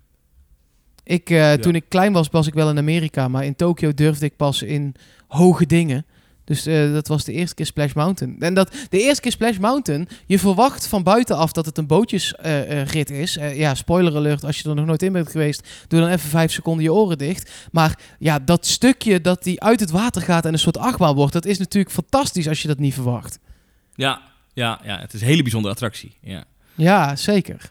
Toen ik klein was ik wel in Amerika. Maar in Tokio durfde ik pas in hoge dingen. Dus dat was de eerste keer Splash Mountain. En de eerste keer Splash Mountain, je verwacht van buitenaf dat het een bootjesrit is. Spoiler alert, als je er nog nooit in bent geweest, doe dan even 5 seconden je oren dicht. Maar ja, dat stukje dat die uit het water gaat en een soort achtbaan wordt, dat is natuurlijk fantastisch als je dat niet verwacht. Ja, het is een hele bijzondere attractie. Ja, zeker.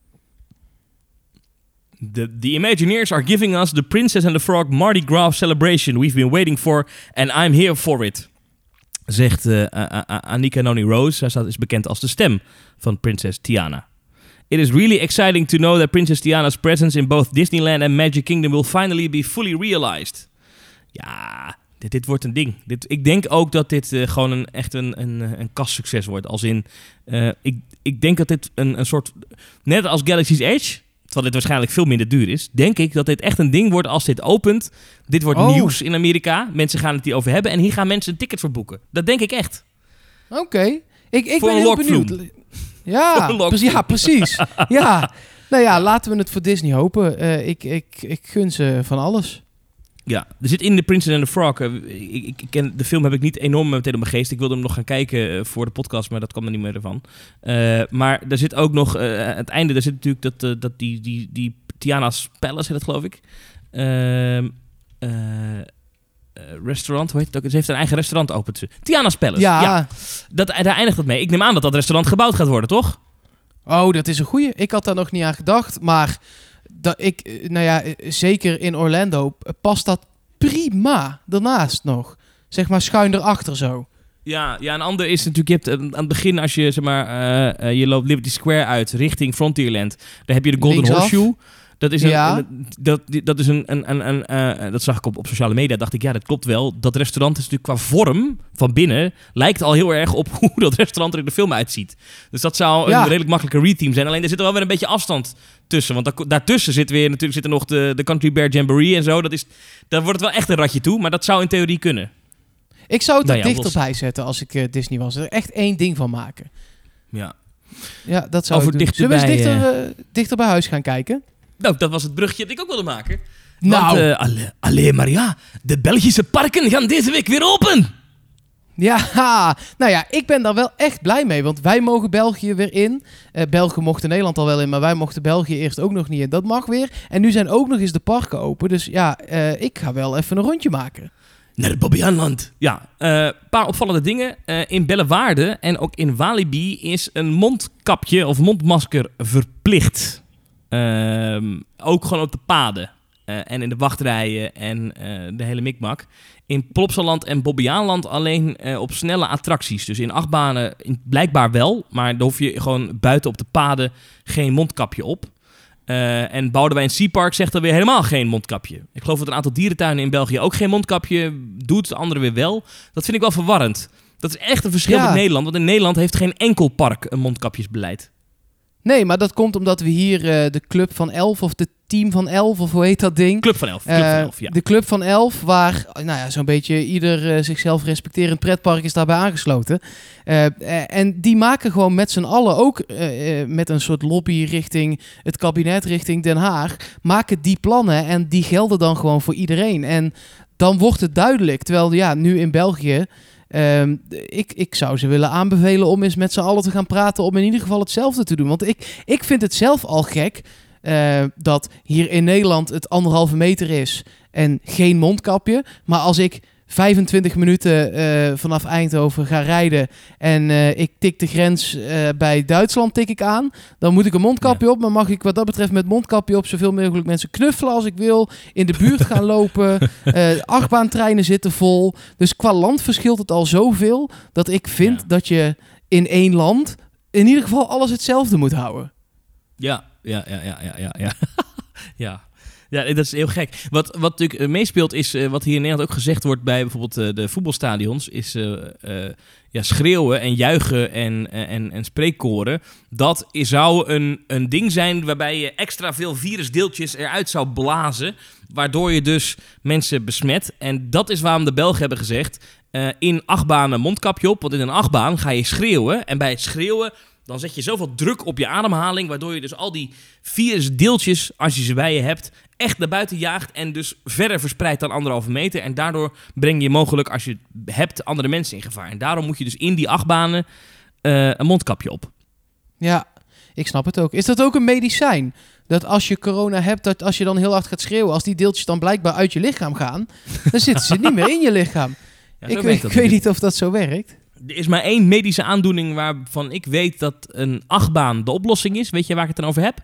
The Imagineers are giving us the Princess and the Frog Mardi Gras celebration we've been waiting for and I'm here for it. Zegt Anika Noni Rose. Zij is bekend als de stem van prinses Tiana. It is really exciting to know that Princess Tiana's presence in both Disneyland and Magic Kingdom will finally be fully realized. Ja, dit wordt een ding. Ik denk ook dat dit gewoon echt een kassucces wordt. Als in, ik denk dat dit een soort, net als Galaxy's Edge, terwijl dit waarschijnlijk veel minder duur is, denk ik dat dit echt een ding wordt als dit opent. Dit wordt nieuws in Amerika. Mensen gaan het hierover hebben en hier gaan mensen een ticket voor boeken. Dat denk ik echt. Oké. Ik ben heel benieuwd. Ja, precies. Ja. Nou ja, laten we het voor Disney hopen. Ik gun ze van alles. Ja, er zit in The Princess and the Frog. Ik ken de film, heb ik niet enorm meteen op mijn geest. Ik wilde hem nog gaan kijken voor de podcast, maar dat kwam er niet meer van. Maar er zit ook nog, het einde, daar zit natuurlijk dat die Tiana's Palace, heet dat geloof ik. Restaurant, hoe heet het ook? Ze heeft een eigen restaurant opent. Tiana's Palace. Ja. Daar eindigt het mee. Ik neem aan dat restaurant gebouwd gaat worden, toch? Oh, dat is een goeie. Ik had daar nog niet aan gedacht, maar zeker in Orlando past dat prima daarnaast nog. Zeg maar schuin erachter zo. Ja, een ander is natuurlijk, je hebt aan het begin als je, zeg maar, je loopt Liberty Square uit richting Frontierland, dan heb je de Golden Horseshoe. Dat is dat zag ik op sociale media, dacht ik, ja, dat klopt wel. Dat restaurant is natuurlijk qua vorm van binnen, lijkt al heel erg op hoe dat restaurant er in de film uitziet. Dus dat zou een redelijk makkelijke reteam zijn. Alleen er zit er wel weer een beetje afstand tussen. Want daartussen zit er nog de Country Bear Jamboree en zo. Daar wordt het wel echt een ratje toe, maar dat zou in theorie kunnen. Ik zou het er dichterbij zetten als ik Disney was. Er echt één ding van maken. Ja, dat zou ik doen. Zullen we eens dichter bij huis gaan kijken? Nou, dat was het brugje dat ik ook wilde maken. Want, allee Maria, de Belgische parken gaan deze week weer open. Ja, nou ja, ik ben daar wel echt blij mee. Want wij mogen België weer in. België mochten Nederland al wel in, maar wij mochten België eerst ook nog niet in. Dat mag weer. En nu zijn ook nog eens de parken open. Dus ja, ik ga wel even een rondje maken. Naar het Bobbejaanland. Ja, een paar opvallende dingen. In Bellewaarde en ook in Walibi is een mondkapje of mondmasker verplicht. Ook gewoon op de paden en in de wachtrijen en de hele mikmak. In Plopsaland en Bobbejaanland alleen op snelle attracties. Dus in achtbanen blijkbaar wel, maar dan hoef je gewoon buiten op de paden geen mondkapje op. En Boudewijn Sea Park zegt dan weer helemaal geen mondkapje. Ik geloof dat een aantal dierentuinen in België ook geen mondkapje doet, de andere weer wel. Dat vind ik wel verwarrend. Dat is echt een verschil met Nederland, want in Nederland heeft geen enkel park een mondkapjesbeleid. Nee, maar dat komt omdat we hier de Club van 11 of de Team van 11 of hoe heet dat ding? Club van 11, ja. De Club van 11, waar zo'n beetje ieder zichzelf respecterend pretpark is daarbij aangesloten. En die maken gewoon met z'n allen ook met een soort lobby richting het kabinet, richting Den Haag, maken die plannen en die gelden dan gewoon voor iedereen. En dan wordt het duidelijk. Terwijl nu in België... Ik zou ze willen aanbevelen om eens met z'n allen te gaan praten... om in ieder geval hetzelfde te doen. Want ik vind het zelf al gek... dat hier in Nederland het 1,5 meter is... en geen mondkapje. Maar als ik 25 minuten vanaf Eindhoven ga rijden... en ik tik de grens bij Duitsland tik ik aan... dan moet ik een mondkapje op. Maar mag ik wat dat betreft met mondkapje op... zoveel mogelijk mensen knuffelen als ik wil... in de buurt gaan lopen... achtbaantreinen zitten vol. Dus qua land verschilt het al zoveel... dat ik vind dat je in één land... in ieder geval alles hetzelfde moet houden. Ja. Ja, dat is heel gek. Wat natuurlijk meespeelt is, wat hier in Nederland ook gezegd wordt bij bijvoorbeeld de voetbalstadions, is schreeuwen en juichen en spreekkoren. Dat zou een ding zijn waarbij je extra veel virusdeeltjes eruit zou blazen, waardoor je dus mensen besmet. En dat is waarom de Belgen hebben gezegd, in achtbanen mondkapje op, want in een achtbaan ga je schreeuwen en bij het schreeuwen... dan zet je zoveel druk op je ademhaling... waardoor je dus al die virusdeeltjes, als je ze bij je hebt... echt naar buiten jaagt en dus verder verspreidt dan 1,5 meter. En daardoor breng je mogelijk, als je het hebt, andere mensen in gevaar. En daarom moet je dus in die achtbanen een mondkapje op. Ja, ik snap het ook. Is dat ook een medicijn? Dat als je corona hebt, dat als je dan heel hard gaat schreeuwen... als die deeltjes dan blijkbaar uit je lichaam gaan... dan zitten ze niet meer in je lichaam. Ja, ik weet niet of dat zo werkt. Er is maar 1 medische aandoening waarvan ik weet dat een achtbaan de oplossing is. Weet je waar ik het dan over heb?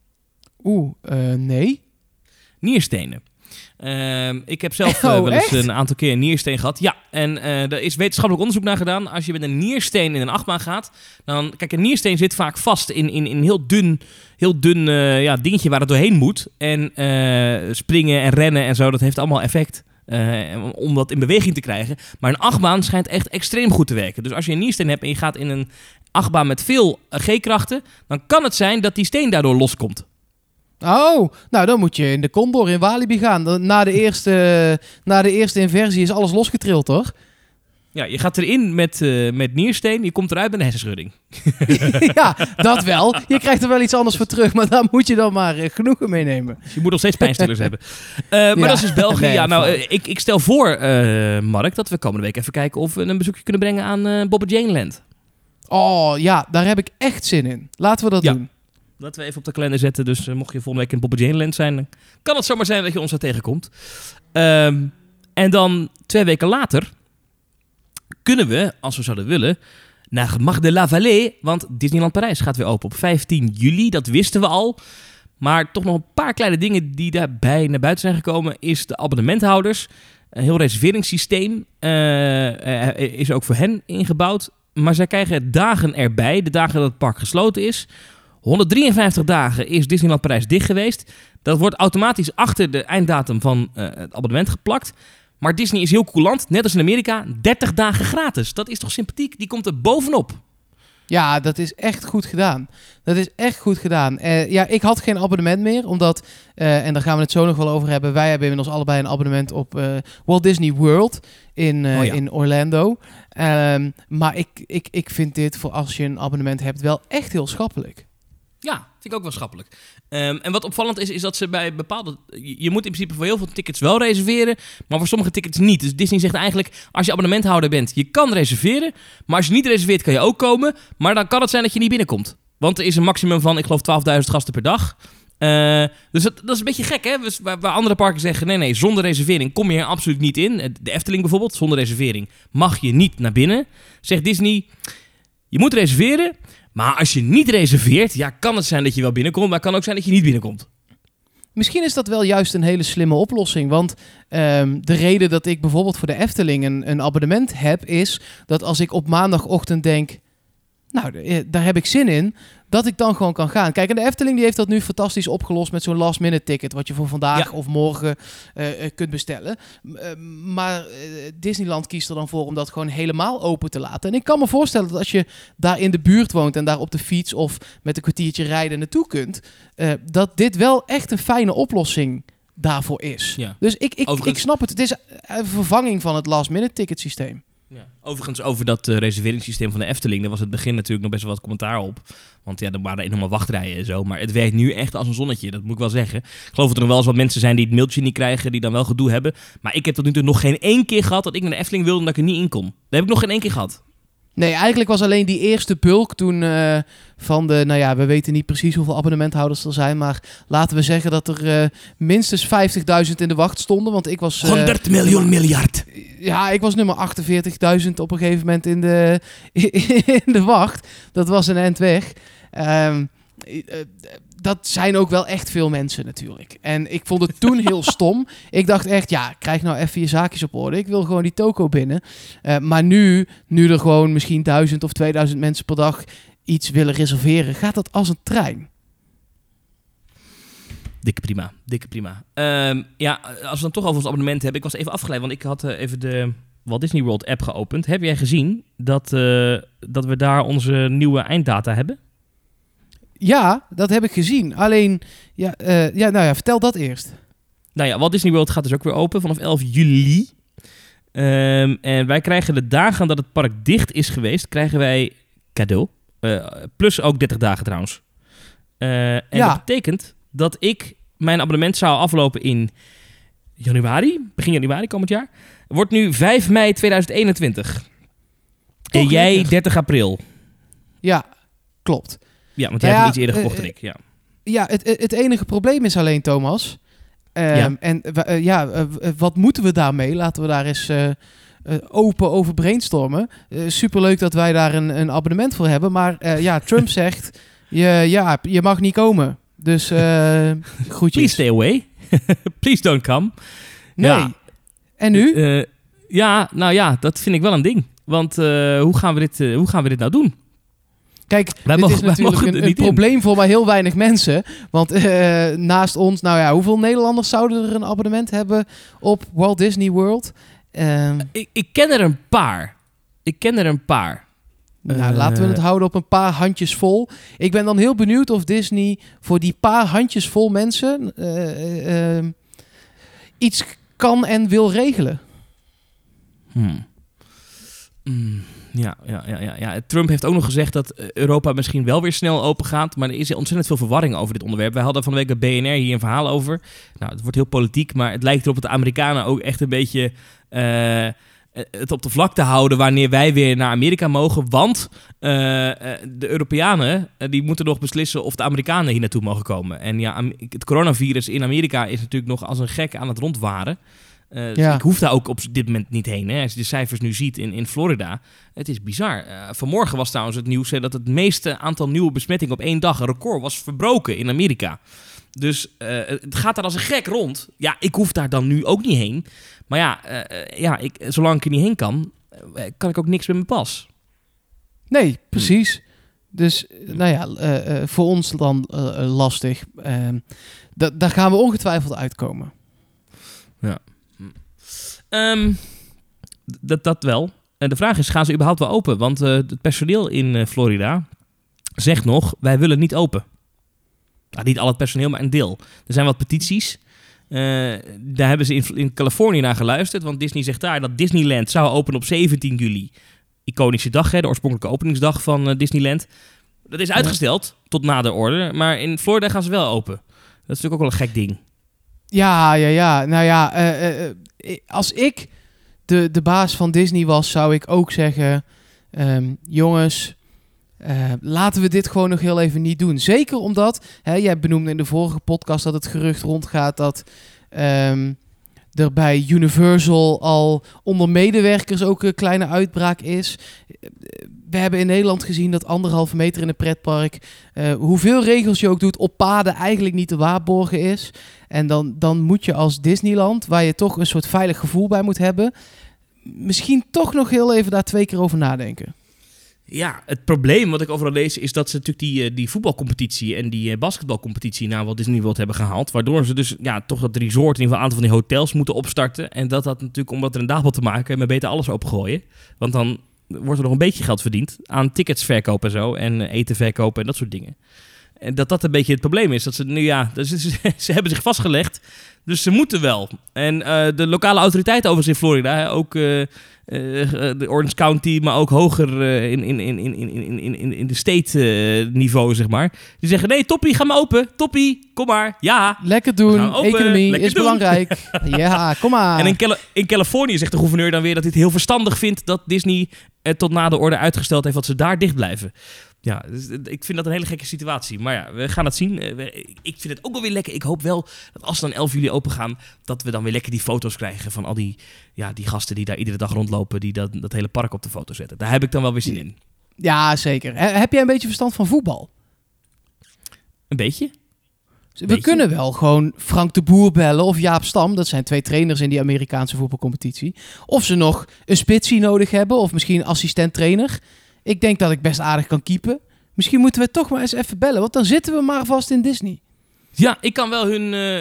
Nee. Nierstenen. Ik heb zelf wel eens een aantal keer een niersteen gehad. Ja, en er is wetenschappelijk onderzoek naar gedaan. Als je met een niersteen in een achtbaan gaat... dan, kijk, een niersteen zit vaak vast in een heel dun dingetje waar het doorheen moet. En springen en rennen en zo, dat heeft allemaal effect. Om dat in beweging te krijgen. Maar een achtbaan schijnt echt extreem goed te werken. Dus als je een niersteen hebt en je gaat in een achtbaan met veel G-krachten... dan kan het zijn dat die steen daardoor loskomt. Oh, nou dan moet je in de Condor in Walibi gaan. Na de eerste inversie is alles losgetrild, hoor. Ja, je gaat erin met niersteen, je komt eruit met een hersenschudding. Ja, dat wel. Je krijgt er wel iets anders voor terug, maar daar moet je dan maar genoegen mee nemen. Dus je moet nog steeds pijnstillers hebben. Maar dat is dus België. Nee, ja, nou, ik stel voor, Mark, dat we komende week even kijken of we een bezoekje kunnen brengen aan Bobby Jane Land. Oh ja, daar heb ik echt zin in. Laten we dat doen. Laten we even op de kalender zetten. Dus mocht je volgende week in Bobby Jane Land zijn, dan kan het zomaar zijn dat je ons daar tegenkomt. En dan 2 weken later kunnen we, als we zouden willen, naar Marc de la Vallée. Want Disneyland Parijs gaat weer open op 15 juli. Dat wisten we al. Maar toch nog een paar kleine dingen die daarbij naar buiten zijn gekomen. Is de abonnementhouders. Een heel reserveringssysteem is ook voor hen ingebouwd. Maar zij krijgen dagen erbij. De dagen dat het park gesloten is. 153 dagen is Disneyland Parijs dicht geweest. Dat wordt automatisch achter de einddatum van het abonnement geplakt. Maar Disney is heel coulant, net als in Amerika, 30 dagen gratis. Dat is toch sympathiek? Die komt er bovenop. Ja, dat is echt goed gedaan. Ik had geen abonnement meer, omdat, en daar gaan we het zo nog wel over hebben, wij hebben inmiddels allebei een abonnement op Walt Disney World in Orlando. Maar ik vind dit, voor als je een abonnement hebt, wel echt heel schappelijk. Ja, vind ik ook wel schappelijk. En wat opvallend is dat ze bij bepaalde... Je moet in principe voor heel veel tickets wel reserveren, maar voor sommige tickets niet. Dus Disney zegt eigenlijk, als je abonnementhouder bent, je kan reserveren. Maar als je niet reserveert, kan je ook komen. Maar dan kan het zijn dat je niet binnenkomt. Want er is een maximum van, ik geloof, 12.000 gasten per dag. Dus dat is een beetje gek, hè? Dus waar andere parken zeggen, nee, zonder reservering kom je er absoluut niet in. De Efteling bijvoorbeeld, zonder reservering mag je niet naar binnen. Zegt Disney, je moet reserveren... Maar als je niet reserveert, ja, kan het zijn dat je wel binnenkomt, maar het kan ook zijn dat je niet binnenkomt. Misschien is dat wel juist een hele slimme oplossing. Want de reden dat ik bijvoorbeeld voor de Efteling een abonnement heb, is dat als ik op maandagochtend denk, nou, daar heb ik zin in, dat ik dan gewoon kan gaan. Kijk, en de Efteling die heeft dat nu fantastisch opgelost met zo'n last-minute ticket, wat je voor vandaag of morgen kunt bestellen. Maar Disneyland kiest er dan voor om dat gewoon helemaal open te laten. En ik kan me voorstellen dat als je daar in de buurt woont en daar op de fiets of met een kwartiertje rijden naartoe kunt, dat dit wel echt een fijne oplossing daarvoor is. Ja. Dus ik snap het. Het is een vervanging van het last-minute ticketsysteem. Ja. Overigens, over dat reserveringssysteem van de Efteling, daar was het begin natuurlijk nog best wel wat commentaar op. Want ja, er waren enorme wachtrijen en zo. Maar het werkt nu echt als een zonnetje, dat moet ik wel zeggen. Ik geloof dat er nog wel eens wat mensen zijn die het mailtje niet krijgen, die dan wel gedoe hebben. Maar ik heb tot nu toe nog geen één keer gehad dat ik naar de Efteling wilde en dat ik er niet in kon. Dat heb ik nog geen één keer gehad. Nee, eigenlijk was alleen die eerste bulk toen van de... Nou ja, we weten niet precies hoeveel abonnementhouders er zijn, maar laten we zeggen dat er minstens 50.000 in de wacht stonden. Want ik was... 100 miljoen miljard. Ja, ik was nummer 48.000 op een gegeven moment in de wacht. Dat was een eind weg. Dat zijn ook wel echt veel mensen natuurlijk. En ik vond het toen heel stom. Ik dacht echt, ja, krijg nou even je zaakjes op orde. Ik wil gewoon die toko binnen. Maar nu er gewoon misschien 1000 of 2000 mensen per dag iets willen reserveren, gaat dat als een trein. Dikke prima. Ja, als we dan toch over ons abonnement hebben. Ik was even afgeleid, want ik had even de Walt Disney World app geopend. Heb jij gezien dat we daar onze nieuwe einddata hebben? Ja, dat heb ik gezien. Alleen, vertel dat eerst. Nou ja, Walt Disney World gaat dus ook weer open vanaf 11 juli. En wij krijgen de dagen dat het park dicht is geweest, krijgen wij cadeau. Plus ook 30 dagen trouwens. Dat betekent dat ik mijn abonnement zou aflopen in begin januari komend jaar. Wordt nu 5 mei 2021. En jij 30 april. Ja, klopt. Ja, want jij hebt iets eerder gekocht dan ik. Ja, ja het enige probleem is alleen, Thomas. Wat moeten we daarmee? Laten we daar eens open over brainstormen. Superleuk dat wij daar een abonnement voor hebben. Maar Trump zegt, je mag niet komen. Dus groetjes. Please stay away. Please don't come. Nee. Ja. En nu? Dat vind ik wel een ding. Want hoe gaan we dit nou doen? Kijk, dit is natuurlijk een probleem voor maar heel weinig mensen. Want naast ons, hoeveel Nederlanders zouden er een abonnement hebben op Walt Disney World? Ik ken er een paar. Laten we het houden op een paar handjes vol. Ik ben dan heel benieuwd of Disney voor die paar handjes vol mensen iets kan en wil regelen. Ja. Trump heeft ook nog gezegd dat Europa misschien wel weer snel open gaat. Maar er is ontzettend veel verwarring over dit onderwerp. Wij hadden van de week bij BNR hier een verhaal over. Nou, het wordt heel politiek, maar het lijkt erop dat de Amerikanen ook echt een beetje het op de vlakte houden wanneer wij weer naar Amerika mogen. Want de Europeanen die moeten nog beslissen of de Amerikanen hier naartoe mogen komen. En ja, het coronavirus in Amerika is natuurlijk nog als een gek aan het rondwaren. Dus ik hoef daar ook op dit moment niet heen. Hè. Als je de cijfers nu ziet in Florida, het is bizar. Vanmorgen was trouwens het nieuws dat het meeste aantal nieuwe besmettingen op 1 dag, een record, was verbroken in Amerika. Dus het gaat daar als een gek rond. Ja, ik hoef daar dan nu ook niet heen. Maar zolang ik er niet heen kan ik ook niks met mijn pas. Nee, precies. Dus, voor ons dan lastig. Daar gaan we ongetwijfeld uitkomen. Ja. Dat wel. De vraag is, gaan ze überhaupt wel open? Want het personeel in Florida zegt nog, wij willen niet open. Nou, niet al het personeel, maar een deel. Er zijn wat petities. Daar hebben ze in Californië naar geluisterd. Want Disney zegt daar dat Disneyland zou openen op 17 juli. Iconische dag, hè, de oorspronkelijke openingsdag van Disneyland. Dat is uitgesteld tot na de orde. Maar in Florida gaan ze wel open. Dat is natuurlijk ook wel een gek ding. Ja. Nou ja, als ik de baas van Disney was, zou ik ook zeggen, jongens, laten we dit gewoon nog heel even niet doen. Zeker omdat, jij benoemde in de vorige podcast dat het gerucht rondgaat dat er bij Universal al onder medewerkers ook een kleine uitbraak is. We hebben in Nederland gezien dat 1,5 meter in een pretpark, hoeveel regels je ook doet, op paden eigenlijk niet te waarborgen is. En dan moet je als Disneyland, waar je toch een soort veilig gevoel bij moet hebben, misschien toch nog heel even daar 2 keer over nadenken. Ja, het probleem wat ik overal lees is dat ze natuurlijk die voetbalcompetitie en die basketbalcompetitie naar Walt Disney World hebben gehaald. Waardoor ze dus toch dat resort, in ieder geval een aantal van die hotels moeten opstarten. En dat natuurlijk, omdat er een dagblad te maken, maar beter alles opengooien. Want dan wordt er nog een beetje geld verdiend aan tickets verkopen en zo. En eten verkopen en dat soort dingen. En dat een beetje het probleem is. Dat ze nu ze hebben zich vastgelegd. Dus ze moeten wel. En de lokale autoriteiten overigens in Florida, ook de Orange County, maar ook hoger in de state niveau, zeg maar. Die zeggen, nee, toppie, ga maar open. Toppie, kom maar. Ja. Lekker doen. Economie is belangrijk. Ja, kom maar. En in Californië zegt de gouverneur dan weer dat hij het heel verstandig vindt dat Disney tot na de orde uitgesteld heeft dat ze daar dicht blijven. Ja, dus ik vind dat een hele gekke situatie. Maar ja, we gaan het zien. Ik vind het ook wel weer lekker. Ik hoop wel dat als we dan 11 juli open gaan, dat we dan weer lekker die foto's krijgen van al die gasten die daar iedere dag rondlopen, die dat hele park op de foto zetten. Daar heb ik dan wel weer zin in. Ja, zeker. Heb jij een beetje verstand van voetbal? Een beetje? We kunnen wel gewoon Frank de Boer bellen of Jaap Stam. Dat zijn 2 trainers in die Amerikaanse voetbalcompetitie. Of ze nog een spitsie nodig hebben of misschien een assistent-trainer. Ik denk dat ik best aardig kan keepen. Misschien moeten we toch maar eens even bellen, want dan zitten we maar vast in Disney. Ja, ik kan wel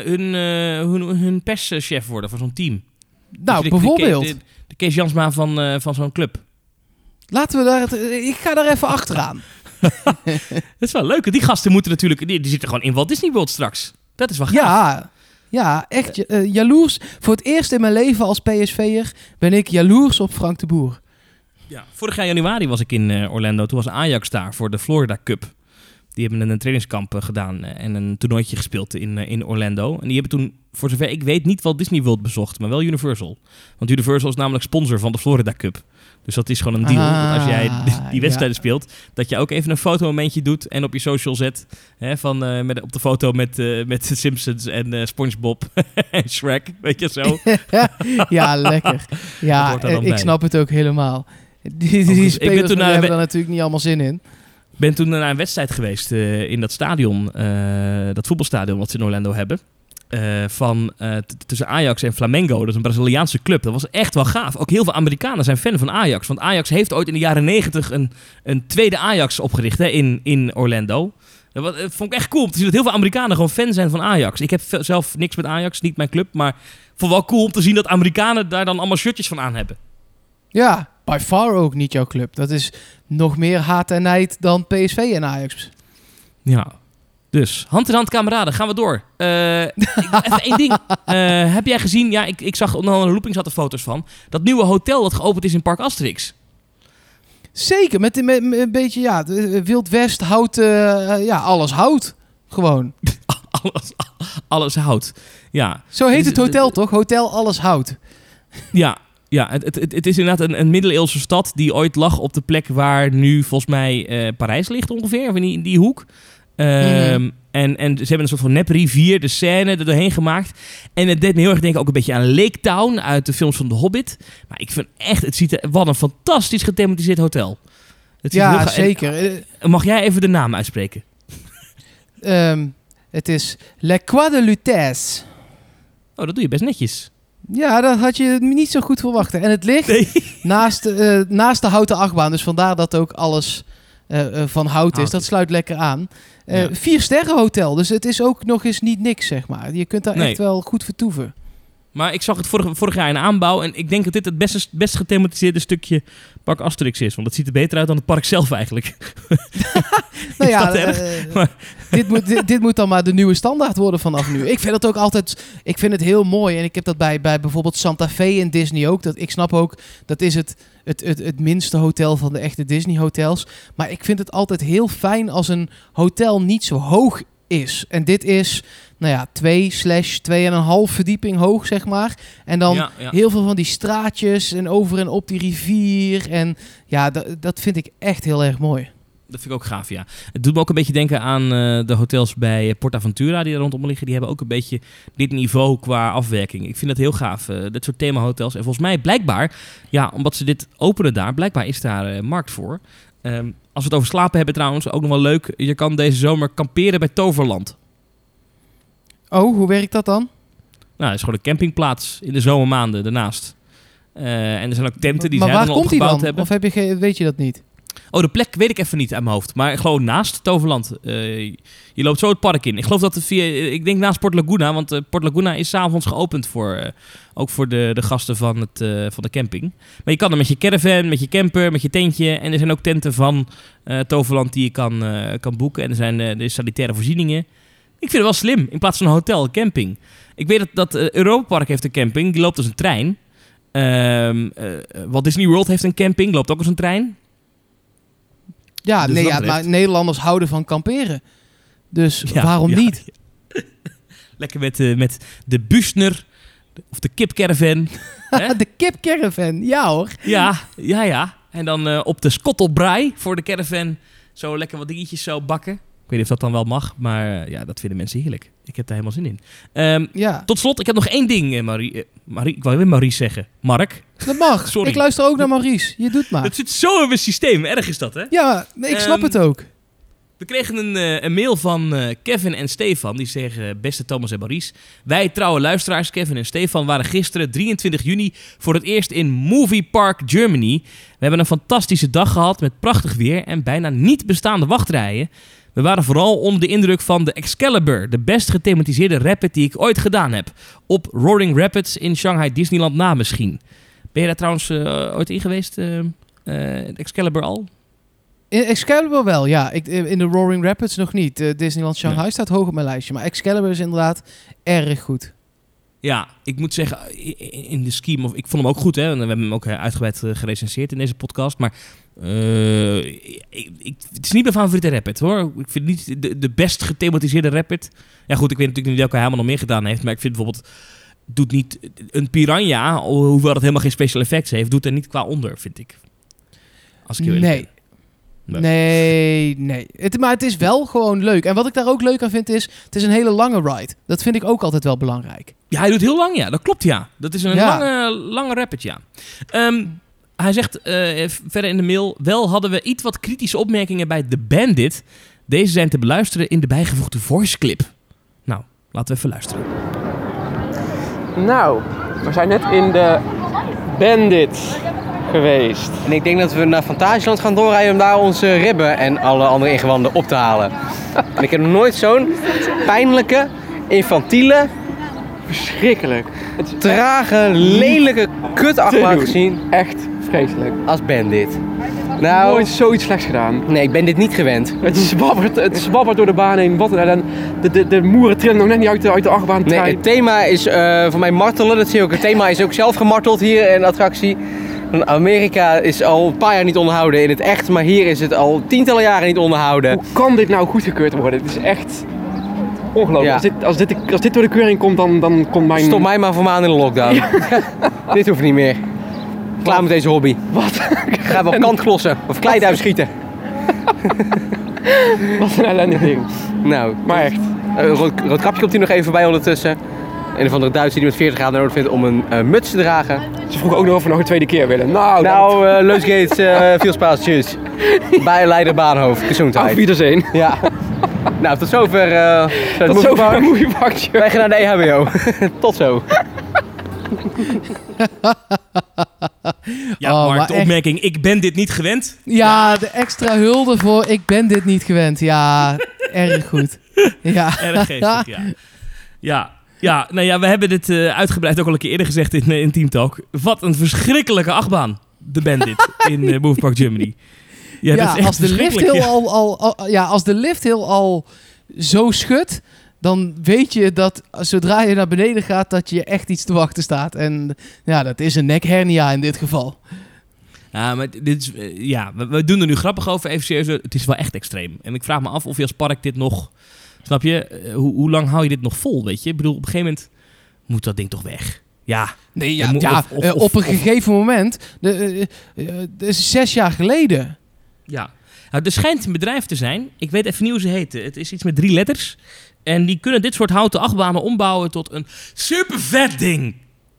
hun perschef worden voor zo'n team. Nou, dus bijvoorbeeld. De Kees Jansma van zo'n club. Laten we ik ga daar even achteraan. Dat is wel leuk. Die gasten moeten natuurlijk, die zitten gewoon in Walt Disney World straks. Dat is wel gaaf. Ja, echt jaloers. Voor het eerst in mijn leven als PSV'er ben ik jaloers op Frank de Boer. Ja, vorig jaar januari was ik in Orlando. Toen was Ajax daar voor de Florida Cup. Die hebben een trainingskamp gedaan en een toernooitje gespeeld in Orlando. En die hebben toen, voor zover ik weet, niet Walt Disney World bezocht, maar wel Universal. Want Universal is namelijk sponsor van de Florida Cup. Dus dat is gewoon een deal. Dat als jij die wedstrijden speelt, dat je ook even een fotomomentje doet en op je social zet. Hè, op de foto met de Simpsons en SpongeBob en Shrek. Weet je zo. Ja, lekker. Ja, ik snap het ook helemaal. Die spelers hebben daar natuurlijk niet allemaal zin in. Ik ben toen naar een wedstrijd geweest in dat stadion, dat voetbalstadion wat ze in Orlando hebben. Tussen Ajax en Flamengo. Dat is een Braziliaanse club. Dat was echt wel gaaf. Ook heel veel Amerikanen zijn fan van Ajax. Want Ajax heeft ooit in de jaren 90 een tweede Ajax opgericht in Orlando. Dat vond ik echt cool om te zien dat heel veel Amerikanen gewoon fan zijn van Ajax. Ik heb zelf niks met Ajax, niet mijn club. Maar vond wel cool om te zien dat Amerikanen daar dan allemaal shirtjes van aan hebben. Ja, by far ook niet jouw club. Dat is nog meer haat en nijd dan PSV en Ajax. Ja. Dus, hand in hand kameraden, gaan we door. Even één ding. Heb jij gezien, ja, ik zag onder andere Loopings had er foto's van, dat nieuwe hotel dat geopend is in Park Asterix. Zeker, met een beetje, Wild West, hout, alles hout. Gewoon. alles hout, ja. Zo heet het hotel toch? Hotel Alles Hout. Ja, het is inderdaad een middeleeuwse stad die ooit lag op de plek waar nu volgens mij Parijs ligt ongeveer, of in die hoek. En ze hebben een soort van neprivier, de Seine, er doorheen gemaakt. En het deed me heel erg denken ook een beetje aan Lake Town uit de films van The Hobbit. Maar ik vind echt, wat een fantastisch gethematiseerd hotel. Ja, zeker. Mag jij even de naam uitspreken? Het is Le Croix de Lutèce. Oh, dat doe je best netjes. Ja, dat had je niet zo goed verwacht. En het ligt naast de houten achtbaan. Dus vandaar dat ook alles van hout is. Dat sluit lekker aan. 4 sterren hotel. Dus het is ook nog eens niet niks, zeg maar. Je kunt daar echt wel goed vertoeven. Maar ik zag het vorig jaar in aanbouw. En ik denk dat dit het best gethematiseerde stukje Park Asterix is. Want het ziet er beter uit dan het park zelf eigenlijk. Nou ja, dit moet dan maar de nieuwe standaard worden vanaf nu. Ik vind het heel mooi. En ik heb dat bij bijvoorbeeld Santa Fe in Disney ook. Ik snap ook, dat is het minste hotel van de echte Disney hotels. Maar ik vind het altijd heel fijn als een hotel niet zo hoog is. En dit is 2/2,5 verdieping hoog, zeg maar. En dan heel veel van die straatjes en over en op die rivier. En ja, dat vind ik echt heel erg mooi. Dat vind ik ook gaaf, ja. Het doet me ook een beetje denken aan de hotels bij PortAventura die er rondom liggen. Die hebben ook een beetje dit niveau qua afwerking. Ik vind dat heel gaaf, dit soort themahotels. En volgens mij blijkbaar, omdat ze dit openen daar, blijkbaar is daar markt voor. Als we het over slapen hebben trouwens, ook nog wel leuk. Je kan deze zomer kamperen bij Toverland. Oh, hoe werkt dat dan? Nou, het is gewoon een campingplaats in de zomermaanden daarnaast. En er zijn ook tenten die zij dan opgebouwd hebben. Of weet je dat niet? Oh, de plek weet ik even niet uit mijn hoofd. Maar gewoon naast Toverland. Je loopt zo het park in. Ik geloof dat het ik denk naast Port Laguna. Want Port Laguna is 's avonds geopend ook voor de gasten van de camping. Maar je kan er met je caravan, met je camper, met je tentje. En er zijn ook tenten van Toverland die je kan boeken. En er zijn sanitaire voorzieningen. Ik vind het wel slim. In plaats van een hotel, een camping. Ik weet dat Europa Park heeft een camping. Die loopt als een trein. Walt Disney World heeft een camping. Loopt ook als een trein. Ja, dus maar Nederlanders houden van kamperen. Dus waarom niet? Lekker met de Buchner of de kipcaravan. De kipcaravan, ja hoor. Ja. En dan op de Skottelbraai voor de caravan zo lekker wat dingetjes zo bakken. Ik weet niet of dat dan wel mag, maar dat vinden mensen heerlijk. Ik heb daar helemaal zin in. Tot slot, ik heb nog één ding, Marie. Ik wou weer Maurice zeggen. Mark. Dat mag. Sorry. Ik luister ook naar Maurice. Je doet maar. Dat zit zo in mijn systeem. Erg is dat, hè? Ja, ik snap het ook. We kregen een mail van Kevin en Stefan. Die zeggen, beste Thomas en Maurice. Wij trouwe luisteraars, Kevin en Stefan, waren gisteren 23 juni voor het eerst in Movie Park Germany. We hebben een fantastische dag gehad met prachtig weer en bijna niet bestaande wachtrijen. We waren vooral onder de indruk van de Excalibur, de best gethematiseerde rapid die ik ooit gedaan heb. Op Roaring Rapids in Shanghai Disneyland na misschien. Ben je daar trouwens ooit in geweest, Excalibur al? In Excalibur wel, ja. In de Roaring Rapids nog niet. Disneyland Shanghai staat hoog op mijn lijstje. Maar Excalibur is inderdaad erg goed. Ja, ik moet zeggen, in de scheme of ik vond hem ook goed, hè. En we hebben hem ook uitgebreid gerecenseerd in deze podcast. Maar het is niet mijn favoriete rapid, hoor. Ik vind niet de best gethematiseerde rapid. Ja goed, ik weet natuurlijk niet welke hij helemaal nog meer gedaan heeft. Maar ik vind bijvoorbeeld, doet niet een Piranha, hoewel het helemaal geen special effects heeft, doet er niet qua onder, vind ik. Als ik Nee. Maar het is wel gewoon leuk. En wat ik daar ook leuk aan vind is, het is een hele lange ride. Dat vind ik ook altijd wel belangrijk. Ja, hij doet heel lang, ja. Dat klopt, ja. Dat is een lange rapid, ja. Hij zegt verder in de mail, wel hadden we iets wat kritische opmerkingen bij The Bandit. Deze zijn te beluisteren in de bijgevoegde voice clip. Nou, laten we even luisteren. Nou, we zijn net in de Bandit geweest. En ik denk dat we naar Fantasieland gaan doorrijden om daar onze ribben en alle andere ingewanden op te halen. En ik heb nog nooit zo'n pijnlijke, infantiele, verschrikkelijk, trage, lelijke kutachtbaan gezien. Echt vreselijk. Als Bandit. Nou, nooit zoiets slechts gedaan. Nee, ik ben dit niet gewend. Het zwabbert door de baan heen. Wat en de moeren trillen nog net niet uit de achtbaan. Nee, het thema is voor mij martelen. Dat zie je ook. Het thema is ook zelf gemarteld hier in de attractie. Amerika is al een paar jaar niet onderhouden in het echt, maar hier is het al tientallen jaren niet onderhouden. Hoe kan dit nou goedgekeurd worden? Het is echt ongelooflijk. Ja. Als dit door de keuring komt, dan komt mijn... Stop mij maar voor maanden in de lockdown. Ja. Dit hoeft niet meer. Klaar met deze hobby. Wat? Gaan we op kantklossen of kleiduif schieten. Wat een ellendig ding. Nou, maar echt. Rood kapje komt hier nog even voorbij ondertussen. Een of andere Duitser die met 40 graden nodig vindt om een muts te dragen. Ze vroegen ook nog of we nog een tweede keer willen. Leus Gates, veel spaas, tjus. Bij Leider Bahnhof, gezondheid. Auf Wiedersehen. Ja. Nou, tot zover. Tot zover Movie Park. Wij gaan naar de EHBO. Tot zo. Ja, Mark, de opmerking, echt... ik ben dit niet gewend. Ja, de extra hulde voor ik ben dit niet gewend. Ja, erg goed. Ja. Erg geestig, ja. Ja, nou ja, we hebben dit uitgebreid ook al een keer eerder gezegd in Team Talk. Wat een verschrikkelijke achtbaan, de Bandit, in Movie Park Germany. Ja, als de lift heel al zo schudt, dan weet je dat zodra je naar beneden gaat, dat je echt iets te wachten staat. En ja, dat is een nekhernia in dit geval. Ja, maar dit is, we doen er nu grappig over, even serieus. Het is wel echt extreem. En ik vraag me af of je als park dit nog... Snap je? Hoe lang hou je dit nog vol, weet je? Ik bedoel, op een gegeven moment moet dat ding toch weg. Ja. Nee, op een gegeven moment... Dat is 6 jaar geleden. Ja. Nou, er schijnt een bedrijf te zijn. Ik weet even niet hoe ze heten. Het is iets met 3 letters. En die kunnen dit soort houten achtbanen ombouwen tot een super vet ding.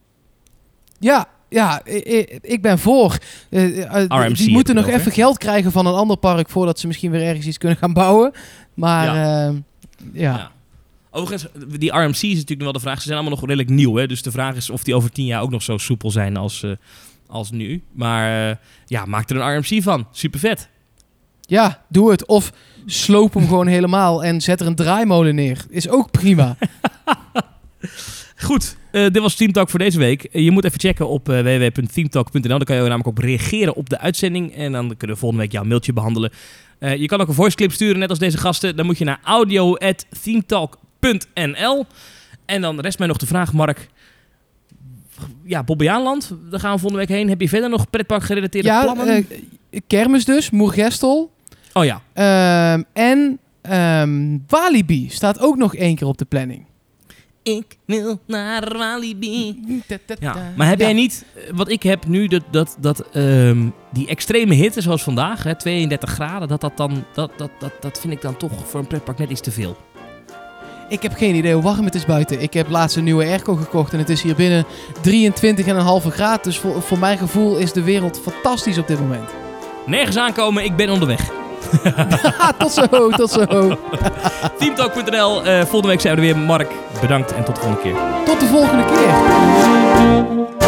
Ja, ik ben voor. RMC die moeten nog even geld krijgen van een ander park voordat ze misschien weer ergens iets kunnen gaan bouwen. Maar ja. Overigens, die RMC is natuurlijk wel de vraag. Ze zijn allemaal nog redelijk nieuw, hè? Dus de vraag is of die over 10 jaar ook nog zo soepel zijn als nu. Maar maak er een RMC van. Super vet. Ja, doe het. Of sloop hem gewoon helemaal en zet er een draaimolen neer. Is ook prima. Goed, dit was Team Talk voor deze week. Je moet even checken op www.teamtalk.nl. Dan kan je namelijk op reageren op de uitzending. En dan kunnen we volgende week jouw mailtje behandelen. Je kan ook een voiceclip sturen, net als deze gasten. Dan moet je naar audio@teamtalk.nl. En dan rest mij nog de vraag, Mark. Ja, Bobbejaanland, daar gaan we volgende week heen. Heb je verder nog pretpark gerelateerde plannen? Kermis dus, Moergestel. Oh ja. En Walibi staat ook nog 1 keer op de planning. Ik wil naar Walibi. Ja, maar heb jij niet, wat ik heb nu, dat die extreme hitte zoals vandaag, 32 graden, dat vind ik dan toch voor een pretpark net iets te veel. Ik heb geen idee hoe warm het is buiten. Ik heb laatst een nieuwe airco gekocht en het is hier binnen 23,5 graden. Dus voor mijn gevoel is de wereld fantastisch op dit moment. Nergens aankomen, ik ben onderweg. Tot zo. Teamtalk.nl. Volgende week zijn we er weer. Mark, bedankt en tot de volgende keer. Tot de volgende keer.